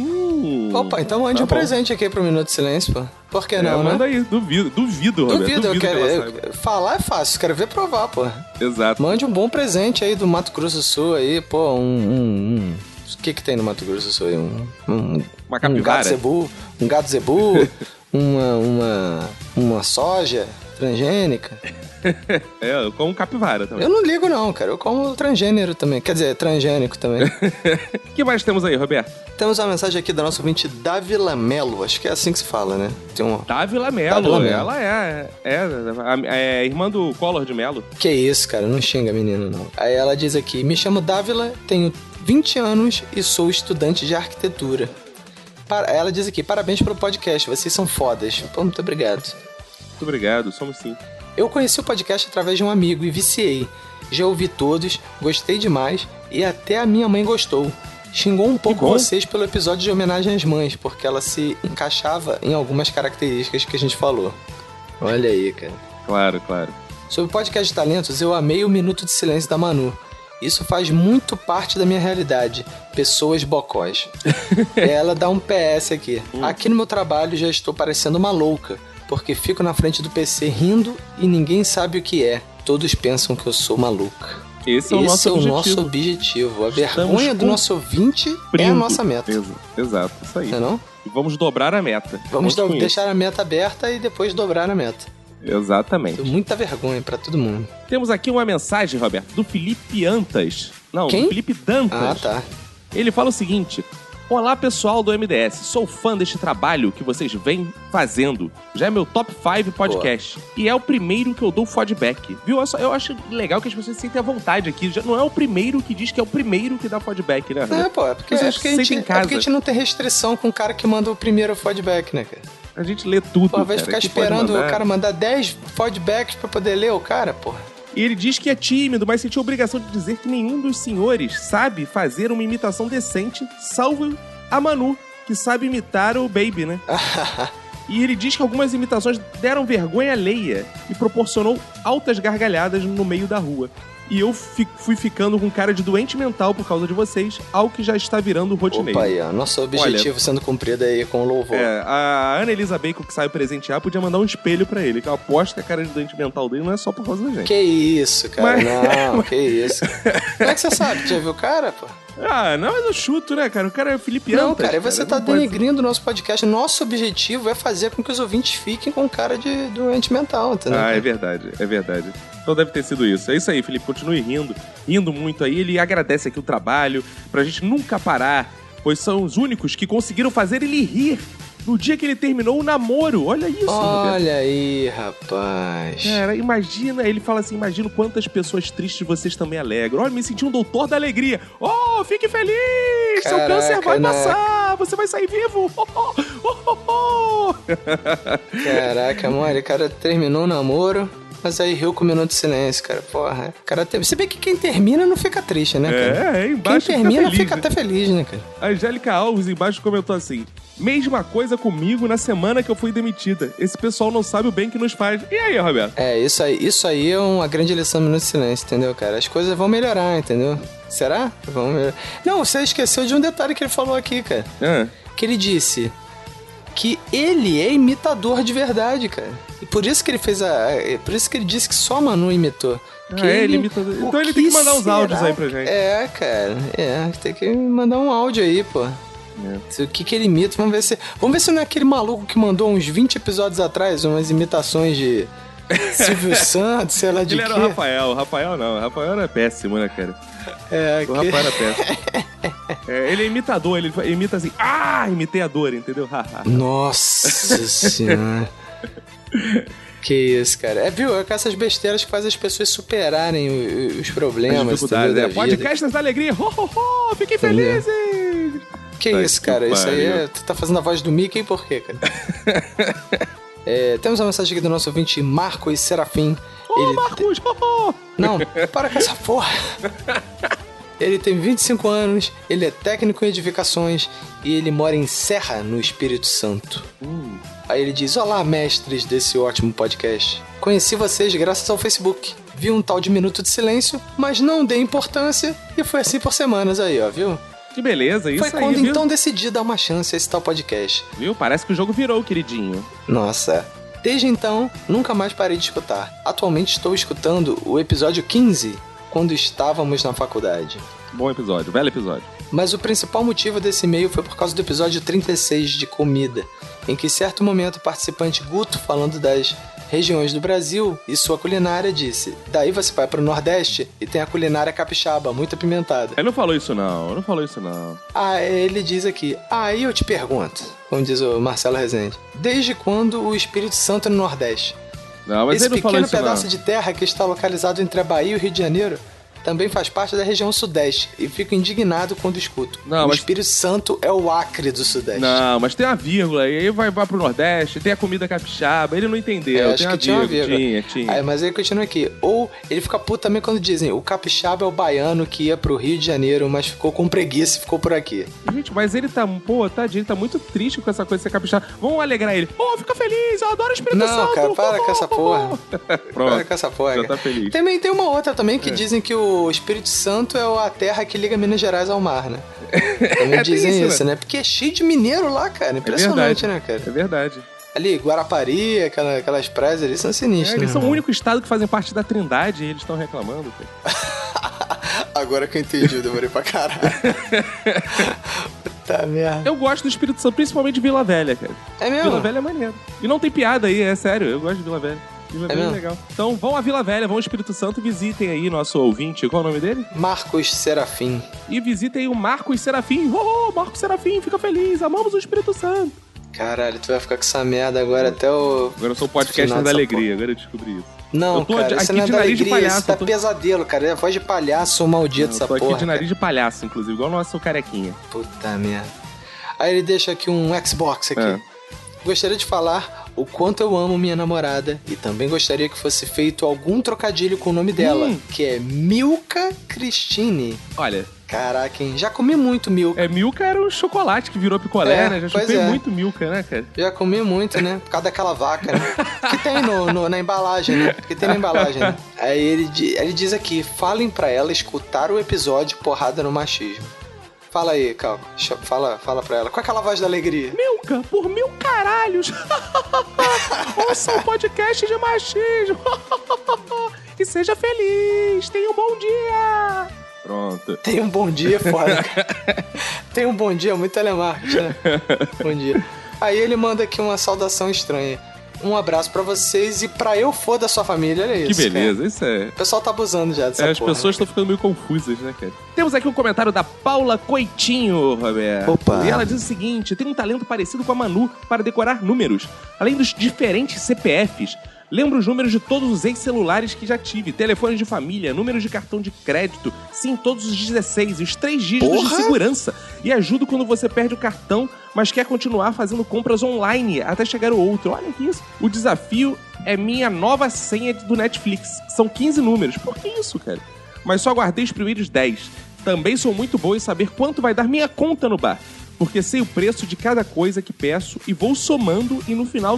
Hum, Opa, então mande tá um bom. presente aqui pro Minuto de Silêncio, pô. Por que É, não, manda né? aí. Duvido, duvido, Roberto. Duvido, eu que quero. ela eu- saiba. falar é fácil, quero ver provar, pô. Exato. Mande um bom presente aí do Mato Grosso do Sul aí, pô, um. um, um- O que que tem no Mato Grosso do Sul aí? Um, um, Uma um capivara. gato zebu, um gato zebu, uma, uma, uma soja transgênica. É, eu como capivara também. Eu não ligo não, cara, eu como transgênero também, quer dizer, transgênico também. O que mais temos aí, Roberto? Temos uma mensagem aqui da nossa ouvinte Dávila Melo, acho que é assim que se fala, né? Tem um... Dávila Melo. Dávila Melo. Ela é, é, é, é irmã do Collor de Melo. Que isso, cara, não xinga a menina, não. Aí ela diz aqui, me chamo Dávila, tenho vinte anos e sou estudante de arquitetura. Para- Ela diz aqui, parabéns pelo podcast, vocês são fodas. Pô, muito obrigado. Muito obrigado, somos sim. Eu conheci o podcast através de um amigo e viciei. Já ouvi todos, gostei demais e até a minha mãe gostou. Xingou um pouco bom. vocês pelo episódio de homenagem às mães, porque ela se encaixava em algumas características que a gente falou. Olha aí, cara. Claro, claro. Sobre o podcast de talentos, eu amei o Minuto de Silêncio da Manu. Isso faz muito parte da minha realidade. Pessoas bocós. Ela dá um P S aqui. Aqui no meu trabalho já estou parecendo uma louca, porque fico na frente do P C rindo e ninguém sabe o que é. Todos pensam que eu sou maluca. Esse é o, Esse nosso, é o objetivo. nosso objetivo. A Estamos vergonha do nosso ouvinte é a cumprindo. nossa meta. Ex- Exato, isso aí. Não é não? E vamos dobrar a meta. Vamos Conte do- com deixar a meta aberta e depois dobrar a meta. isso. Exatamente. Muita vergonha pra todo mundo. Temos aqui uma mensagem, Roberto, do Felipe Antas. Não, Quem? do Felipe Dantas. Ah, tá. Ele fala o seguinte: olá, pessoal do M D S. Sou fã deste trabalho que vocês vêm fazendo. Já é meu top cinco podcast. Boa. E é o primeiro que eu dou feedback. Viu? Eu, só, eu acho legal que as pessoas se sentem à vontade aqui. Já não é o primeiro que diz que é o primeiro que dá feedback, né? É, pô, é porque, Você acho que a gente, sente em é casa. porque a gente não tem restrição com o cara que manda o primeiro feedback, né, cara? A gente lê tudo, Pô, ao invés de cara. ficar Aqui pode esperando mandar. o cara mandar dez feedbacks pra poder ler o cara, porra. E ele diz que é tímido, mas sentiu a obrigação de dizer que nenhum dos senhores sabe fazer uma imitação decente, salvo a Manu, que sabe imitar o Baby, né? E ele diz que algumas imitações deram vergonha alheia e proporcionou altas gargalhadas no meio da rua. E eu fi- fui ficando com cara de doente mental por causa de vocês, algo que já está virando rotineiro. Opa aí, ó. Nosso objetivo Olha, sendo cumprido aí com o louvor. É, a Ana Elisa Bacon, que saiu presentear, podia mandar um espelho pra ele, que eu aposto que a cara de doente mental dele não é só por causa da gente. Que isso, cara. Mas- Não, que isso. Como é que você sabe? Já viu o cara, pô? Ah, não, mas eu chuto, né, cara? O cara é Felipe Não, Antas, cara, e você cara, tá não pode- denegrindo o nosso podcast. Nosso objetivo é fazer com que os ouvintes fiquem com cara de doente mental, entendeu? Ah, é verdade, é verdade. Então deve ter sido isso. É isso aí, Felipe, continue rindo, rindo muito aí. Ele agradece aqui o trabalho, pra gente nunca parar, pois são os únicos que conseguiram fazer ele rir no dia que ele terminou o namoro. Olha isso, Roberto. Olha aí, rapaz. Cara, imagina, ele fala assim, imagino quantas pessoas tristes vocês também alegram. Olha, me senti um doutor da alegria. Oh, fique feliz! Seu Caraca, câncer vai né? passar! Você vai sair vivo! Oh, oh, oh, oh, oh. Caraca, amor, o cara terminou o namoro, mas aí riu com um minuto de silêncio, cara. Porra, o cara teve... Você vê que quem termina não fica triste, né, cara? É, é, embaixo Quem fica termina feliz, fica né? até feliz, né, cara? A Angélica Alves embaixo comentou assim: mesma coisa comigo na semana que eu fui demitida. Esse pessoal não sabe o bem que nos faz. E aí, Roberto? É, isso aí, isso aí é uma grande lição do minuto de silêncio, entendeu, cara? As coisas vão melhorar, entendeu? Será? Vão melhorar. Não, você esqueceu de um detalhe que ele falou aqui, cara. Ah. Que ele disse que ele é imitador de verdade, cara. E por isso que ele fez a... é por isso que ele disse que só a Manu imitou. Ah, é, ele imita- o então ele tem que mandar uns será? áudios aí pra gente. É, cara. É, tem que mandar um áudio aí, pô. O que que ele imita? Vamos ver se... Vamos ver se não é aquele maluco que mandou uns vinte episódios atrás umas imitações de Silvio Santos, sei lá de Ele quê. era o Rafael. O Rafael não. O Rafael era péssimo, né, cara? É, O que... Rafael era péssimo. É, ele é imitador, ele imita assim, ah, imitei a dor, entendeu? Nossa senhora. Que isso, cara. É, viu? É com essas besteiras que fazem as pessoas superarem o- os problemas. As dificuldades, entendeu, é. da Podcast da alegria, ho, ho, ho, fiquem Entendeu? felizes! Que Ai, isso, que cara? Isso aí pariu. é... Tu tá fazendo a voz do Mickey por quê, cara? É, temos uma mensagem aqui do nosso ouvinte Marcos Serafim. Ô, Ele- Marcos, ho, ho. Não, para com essa porra. Ele tem vinte e cinco anos, ele é técnico em edificações e ele mora em Serra, no Espírito Santo. Hum. Aí ele diz: olá, mestres desse ótimo podcast. Conheci vocês graças ao Facebook. Vi um tal de Minuto de Silêncio, mas não dei importância e foi assim por semanas aí, ó, viu? Que beleza, isso Foi aí, quando viu? então decidi dar uma chance a esse tal podcast. Viu? Parece que o jogo virou, queridinho. Nossa. Desde então, nunca mais parei de escutar. Atualmente estou escutando o episódio quinze, quando estávamos na faculdade. Bom episódio, velho episódio. Mas o principal motivo desse e-mail foi por causa do episódio trinta e seis de comida, em que certo momento o participante Guto, falando das regiões do Brasil e sua culinária, disse: daí você vai pro Nordeste e tem a culinária capixaba, muito apimentada. Ele não falou isso não, não falou isso não. Ah, ele diz aqui: aí eu te pergunto, como diz o Marcelo Rezende, desde quando o Espírito Santo é no Nordeste? Não, mas Esse ele não falou pequeno isso pedaço não. de terra que está localizado entre a Bahia e o Rio de Janeiro também faz parte da região Sudeste e fico indignado quando escuto. Não, o mas- Espírito Santo é o Acre do Sudeste. Não, mas tem a vírgula, e aí vai, vai pro Nordeste, tem a comida capixaba, ele não entendeu, É, acho tem que a tinha uma vírgula. vírgula. Tinha, tinha. Aí, mas aí continua aqui. Ou ele fica puto também quando dizem o capixaba é o baiano que ia pro Rio de Janeiro, mas ficou com preguiça e ficou por aqui. Gente, mas ele tá, pô, tadinho, ele tá muito triste com essa coisa de ser capixaba. Vamos alegrar ele. Ô, fica feliz, eu adoro o Espírito Não, Santo. cara, para com essa porra. Pronto, Para com essa porra. já cara. tá feliz. Também tem uma outra também que É. dizem que o Espírito Santo é a terra que liga Minas Gerais ao mar, né? Também É, tem dizem isso, isso, né? né? Porque é cheio de mineiro lá, cara. É Impressionante, verdade, né, cara? É verdade. Ali, Guarapari, aquela, aquelas praias ali são sinistras. É, eles né, são o mano? único estado que fazem parte da Trindade e eles estão reclamando, cara. Agora que eu entendi, eu demorei pra caralho. Puta merda. Eu gosto do Espírito Santo, principalmente de Vila Velha, cara. É mesmo? Vila Velha é maneiro. E não tem piada aí, é sério. Eu gosto de Vila Velha. Vila É Velha é mesmo? legal. Então vão a Vila Velha, vão ao Espírito Santo e visitem aí nosso ouvinte. Qual é o nome dele? Marcos Serafim. E visitem o Marcos Serafim. Oh, Marcos Serafim, fica feliz. Amamos o Espírito Santo. Caralho, tu vai ficar com essa merda agora até o... Agora eu sou o podcaster final da dessa alegria, agora eu descobri isso. Não, eu tô cara, aqui isso não é de da nariz de alegria, palhaço. isso tá eu tô... pesadelo, cara. É a voz de palhaço maldito Não, essa eu tô porra. aqui de nariz cara. de palhaço, inclusive, igual o nosso carequinha. Puta merda. Aí ele deixa aqui um Xbox aqui. É. Gostaria de falar o quanto eu amo minha namorada e também gostaria que fosse feito algum trocadilho com o nome dela, Hum. que é Milka Cristine. Olha... Caraca, hein? Já comi muito Milka. É, Milka era um chocolate que virou picolé, É, né? Já pois chupei é. muito Milka, né, cara? Já comi muito, né? Por causa daquela vaca, né? Que tem no, no- na embalagem, né? Que tem na embalagem, né? Aí ele, di- ele diz aqui, falem pra ela escutar o episódio Porrada no Machismo. Fala aí, Calco. Ch- Fala, fala pra ela. Com aquela voz da alegria. Milka, por mil caralhos! Ouça o podcast de machismo! E seja feliz! Tenha um bom dia! Pronto. Tem um bom dia, foda. Tem um bom dia, muito telemarketing, né? Bom dia. Aí ele manda aqui uma saudação estranha. Um abraço pra vocês e pra eu for da sua família, olha Que isso, beleza, cara. isso é... O pessoal tá abusando já dessa É, as porra. pessoas estão ficando meio confusas, né, cara? Temos aqui um comentário da Paula Coitinho, Roberto. Opa. E ela diz o seguinte: tem um talento parecido com a Manu para decorar números. Além dos diferentes C P Fs, lembro os números de todos os ex-celulares que já tive, telefones de família, números de cartão de crédito, sim, todos os dezesseis e os três dígitos Porra! de segurança. E ajudo quando você perde o cartão, mas quer continuar fazendo compras online até chegar o outro. Olha que isso. O desafio é minha nova senha do Netflix. São quinze números. Por que isso, cara? Mas só guardei os primeiros dez. Também sou muito bom em saber quanto vai dar minha conta no bar, porque sei o preço de cada coisa que peço e vou somando e no final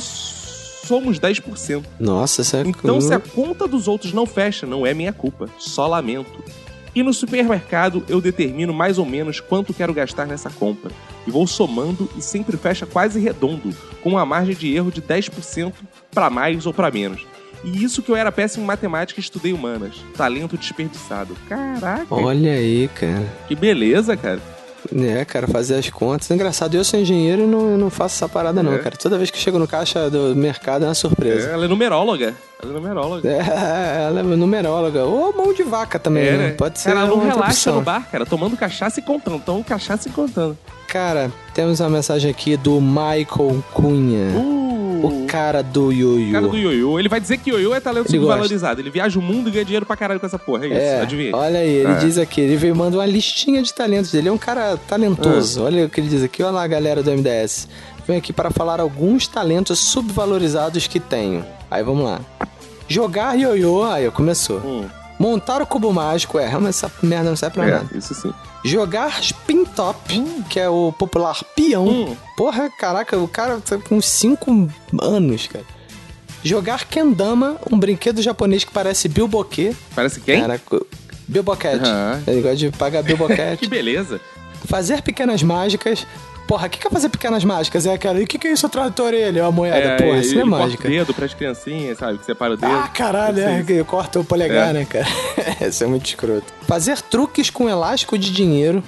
somos dez por cento. Nossa, isso é... Então, se a conta dos outros não fecha, não é minha culpa. Só lamento. E no supermercado, eu determino mais ou menos quanto quero gastar nessa compra. E vou somando e sempre fecha quase redondo, com uma margem de erro de dez por cento para mais ou para menos. E isso que eu era péssimo em matemática e estudei humanas. Talento desperdiçado. Caraca. Olha aí, cara. Que beleza, cara. É, cara, fazer as contas. É engraçado, eu sou engenheiro e não, eu não faço essa parada, não, É. cara. Toda vez que eu chego no caixa do mercado é uma surpresa. É, ela é numeróloga. Ela é numeróloga. É, ela é numeróloga. Ou mão de vaca também, É, né? né? Pode ser. Ela não uma outra relaxa opção. no bar, cara. Tomando cachaça e contando. Tomando cachaça e contando. Cara, temos uma mensagem aqui do Michael Cunha. Uh, O cara do ioiô. cara do ioiô. Ele vai dizer que ioiô é talento Ele subvalorizado. Ele viaja o mundo e ganha dinheiro pra caralho com essa porra. É isso, É, adivinha? olha aí, ele Ah. diz aqui, ele veio manda uma listinha de talentos dele, é um cara talentoso. Ah. Olha o que ele diz aqui, olha lá, galera do M D S. Vem aqui para falar alguns talentos subvalorizados que tenho. Aí vamos lá. Jogar ioiô, aí ó, começou. Hum. Montar o cubo mágico, é, realmente essa merda não serve pra É, nada. isso sim. Jogar spin top, que é o popular peão. Hum. Porra, caraca, o cara tá com cinco anos, cara. Jogar kendama, um brinquedo japonês que parece bilboquê. Parece quem? Caraca, bilboquete. Aham. Ele gosta de pagar bilboquete. Que beleza. Fazer pequenas mágicas. Porra, o que, que é fazer pequenas mágicas? É aquela. E o que, que é isso atrás da tua orelha? É uma moeda. Porra, isso não é ele corta mágica. o dedo pras criancinhas, sabe? Que separa o dedo. Ah, caralho, Isso, é, isso. que corta o polegar, É. né, cara? Isso é muito escroto. Fazer truques com elástico de dinheiro.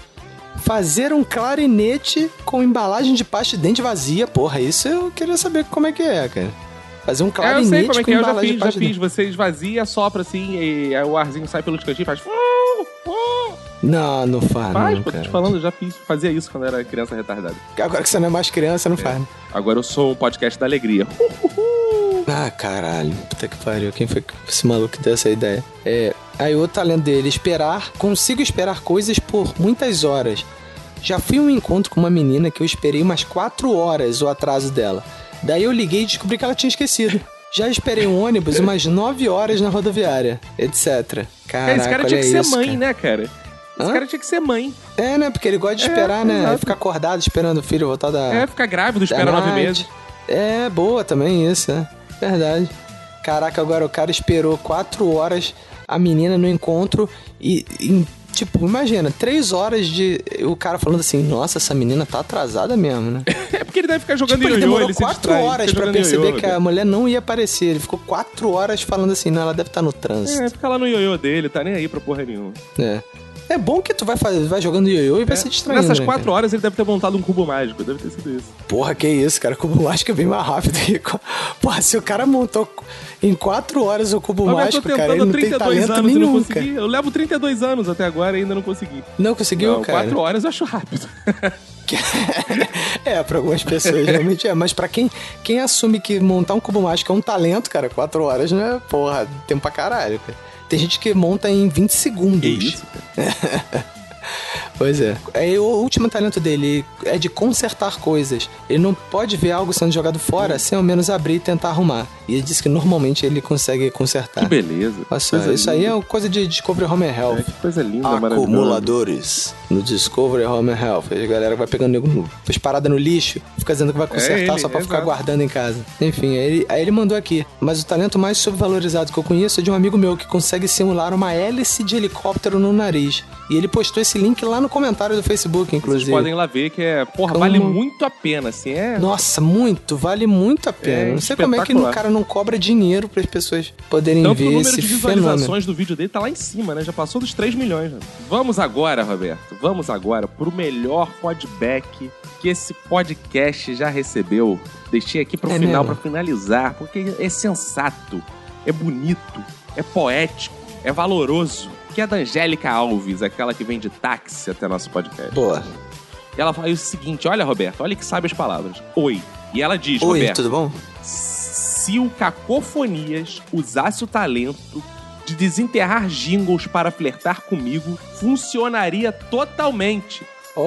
Fazer um clarinete com embalagem de pasta de dente vazia. Porra, isso eu queria saber como é que é, cara. Fazer um É, eu clarinete sei como é com que é, eu já embalagem fiz, de já pasta de fiz. Você esvazia, sopra assim, e aí o arzinho sai pelos cantinhos e faz... Não, não faz, Faz, não, pô, tô cara. te falando, eu já fiz. Fazia isso quando era criança retardada. Agora que você não é mais criança, não faz. né? Agora eu sou um podcast da alegria. Ah, caralho. Puta que pariu. Quem foi que esse maluco que deu essa ideia? É. Aí o talento dele, esperar. Consigo esperar coisas por muitas horas. Já fui a um encontro com uma menina que eu esperei umas quatro horas o atraso dela. Daí eu liguei e descobri que ela tinha esquecido. Já esperei um ônibus umas nove horas na rodoviária, etcétera. Caraca, Cara, esse cara tinha olha que ser isso, mãe, cara. né, cara? Esse Hã? cara tinha que ser mãe. É, né? Porque ele gosta de É, esperar, né? exato. Ficar acordado esperando o filho voltar da... É, ficar grávido, espera da nove night. meses. É, boa também isso, né? Verdade. Caraca, agora o cara esperou quatro horas a menina no encontro e em tipo, imagina, três horas de... O cara falando assim, nossa, essa menina tá atrasada mesmo, né? É porque ele deve ficar jogando tipo, ioiô, ele demorou ele se quatro distrai, horas fica pra jogando perceber ioiô, que a né? mulher não ia aparecer. Ele ficou quatro horas falando assim, não, ela deve estar no trânsito. É, fica lá no ioiô dele, tá nem aí pra porra nenhuma. É. É bom que tu vai, fazer, vai jogando ioiô e vai É. se distraindo. Nessas né, quatro cara? horas ele deve ter montado um cubo mágico, deve ter sido isso. Porra, que isso, cara. O cubo mágico é bem mais rápido. Que... Porra, se o cara montou em quatro horas o cubo Mas mágico, eu tô cara, ele tentando não há tem trinta e dois talento anos e não nenhum, consegui. cara. Eu levo trinta e dois anos até agora e ainda não consegui. Não conseguiu, não, cara? quatro horas eu acho rápido. É, pra algumas pessoas realmente é, mas pra quem, quem assume que montar um cubo mágico é um talento, cara, quatro horas, né? Porra, tempo pra caralho, cara. Tem gente que monta em vinte segundos. Que isso, cara? Pois é. Aí o último talento dele é de consertar coisas. Ele não pode ver algo sendo jogado fora sem ao menos abrir e tentar arrumar. E ele diz que normalmente ele consegue consertar. Que beleza. Olha só, Coisa isso linda. aí é coisa de Discovery Home and Health. É, que coisa linda, Acumuladores no Discovery Home and Health. A galera vai pegando nego no, as paradas no lixo, fica dizendo que vai consertar ele, só pra ficar exato. guardando em casa. Enfim, aí ele, aí ele mandou aqui. Mas o talento mais subvalorizado que eu conheço é de um amigo meu que consegue simular uma hélice de helicóptero no nariz. E ele postou esse link lá no comentário do Facebook, inclusive. Vocês podem lá ver que é, porra, Como- vale muito a pena, assim, é... Nossa, muito, vale muito a pena. É não sei como é que o espetacular. cara não cobra dinheiro para as pessoas poderem Tanto que o ver número esse de visualizações fenômeno. do vídeo dele tá lá em cima, né? Já passou dos três milhões. Né? Vamos agora, Roberto, vamos agora pro melhor feedback que esse podcast já recebeu. Deixei aqui pro É final, mesmo? pra finalizar, porque é sensato, é bonito, é poético, é valoroso. Que é da Angélica Alves, aquela que vem de táxi até nosso podcast. Boa. E ela faz o seguinte, olha, Roberto, olha que sabe as palavras. Oi. E ela diz, Oi, Roberto... tudo bom? Se o Cacofonias usasse o talento de desenterrar jingles para flertar comigo, funcionaria totalmente.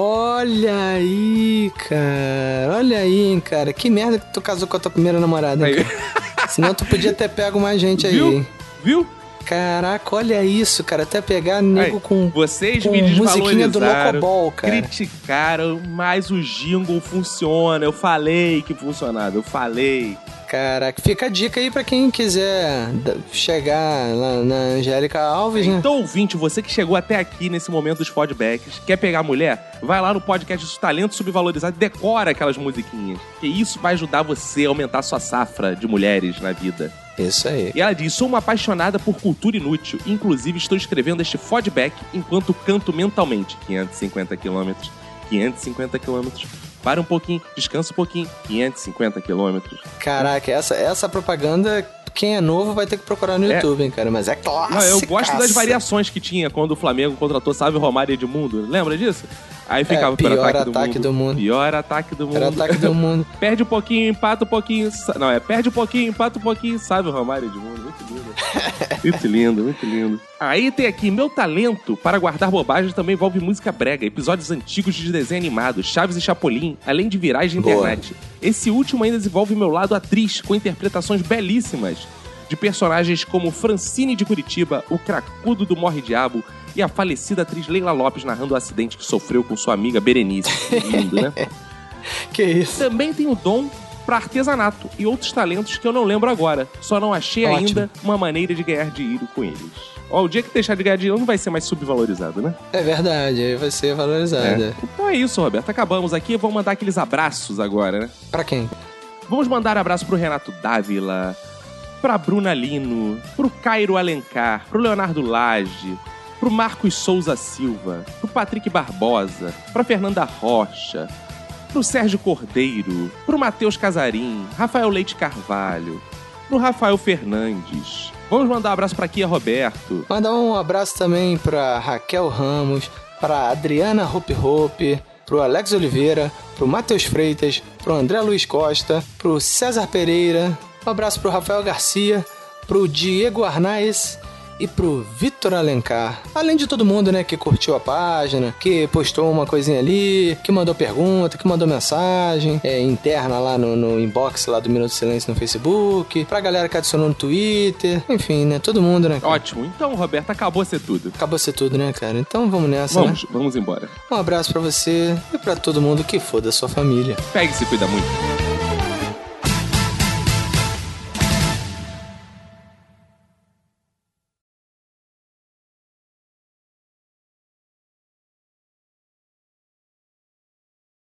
Olha aí, cara. Olha aí, hein, cara. Que merda que tu casou com a tua primeira namorada, hein, cara? Senão tu podia ter pego mais gente aí, Viu? hein? Viu? Caraca, olha isso, cara. Até pegar nego Aí, com, Vocês com me musiquinha do desvalorizaram, Locobol, cara. criticaram, mas o jingle funciona. Eu falei que funcionava, eu falei. Caraca, fica a dica aí pra quem quiser da- chegar lá na Angélica Alves, né? Então, ouvinte, você que chegou até aqui nesse momento dos feedbacks, quer pegar a mulher? Vai lá no podcast dos Talentos Subvalorizados e decora aquelas musiquinhas. Que isso vai ajudar você a aumentar a sua safra de mulheres na vida. Isso aí. E ela diz, sou uma apaixonada por cultura inútil. Inclusive, estou escrevendo este feedback enquanto canto mentalmente. quinhentos e cinquenta quilômetros. quinhentos e cinquenta quilômetros. Para um pouquinho, descansa um pouquinho. quinhentos e cinquenta quilômetros. Caraca, essa, essa propaganda, quem é novo vai ter que procurar no É. YouTube, hein, cara? Mas é clássico. Não, eu gosto das variações que tinha quando o Flamengo contratou Sávio Romário e Edmundo. Lembra disso? Aí ficava É, pior pior ataque, ataque do, do mundo. mundo. Pior ataque do mundo. Era ataque do mundo. Perde um pouquinho, empata um pouquinho. sa- Não, é perde um pouquinho, empata um pouquinho. Sávio Romário e Edmundo. Muito lindo. Muito lindo, muito lindo. Aí tem aqui, meu talento para guardar bobagens também envolve música brega, episódios antigos de desenho animado, Chaves e Chapolin, além de virais de Boa. internet. Esse último ainda desenvolve meu lado atriz, com interpretações belíssimas de personagens como Francine de Curitiba, o cracudo do Morre Diabo e a falecida atriz Leila Lopes narrando o acidente que sofreu com sua amiga Berenice. Lindo, né? Que isso? Também tem o dom para artesanato e outros talentos que eu não lembro agora. Só não achei Ótimo. ainda uma maneira de ganhar dinheiro com eles. Ó, o dia que deixar de ganhar dinheiro não vai ser mais subvalorizado, né? É verdade, aí vai ser valorizada. É. Então é isso, Roberto. Acabamos aqui. Vamos mandar aqueles abraços agora, né? Pra quem? Vamos mandar abraço pro Renato Dávila, pra Bruna Lino, pro Cairo Alencar, pro Leonardo Lage, pro Marcos Souza Silva, pro Patrick Barbosa, pra Fernanda Rocha, pro Sérgio Cordeiro, pro Matheus Casarim, Rafael Leite Carvalho, pro Rafael Fernandes. Vamos mandar um abraço pra Kia Roberto. Mandar um abraço também pra Raquel Ramos, pra Adriana Hope Hope, pro Alex Oliveira, pro Matheus Freitas, pro André Luiz Costa, pro César Pereira, um abraço pro Rafael Garcia, pro Diego Arnaiz e pro Vitor Alencar. Além de todo mundo, né, que curtiu a página, que postou uma coisinha ali, que mandou pergunta, que mandou mensagem é, interna lá no, no inbox lá do Minuto de Silêncio no Facebook, pra galera que adicionou no Twitter, enfim, né, todo mundo, né, cara? Ótimo. Então, Roberto, acabou ser tudo. Acabou ser tudo, né, cara? Então vamos nessa, Vamos, né? vamos embora. Um abraço pra você e pra todo mundo que for da sua família. Pegue e se cuida muito.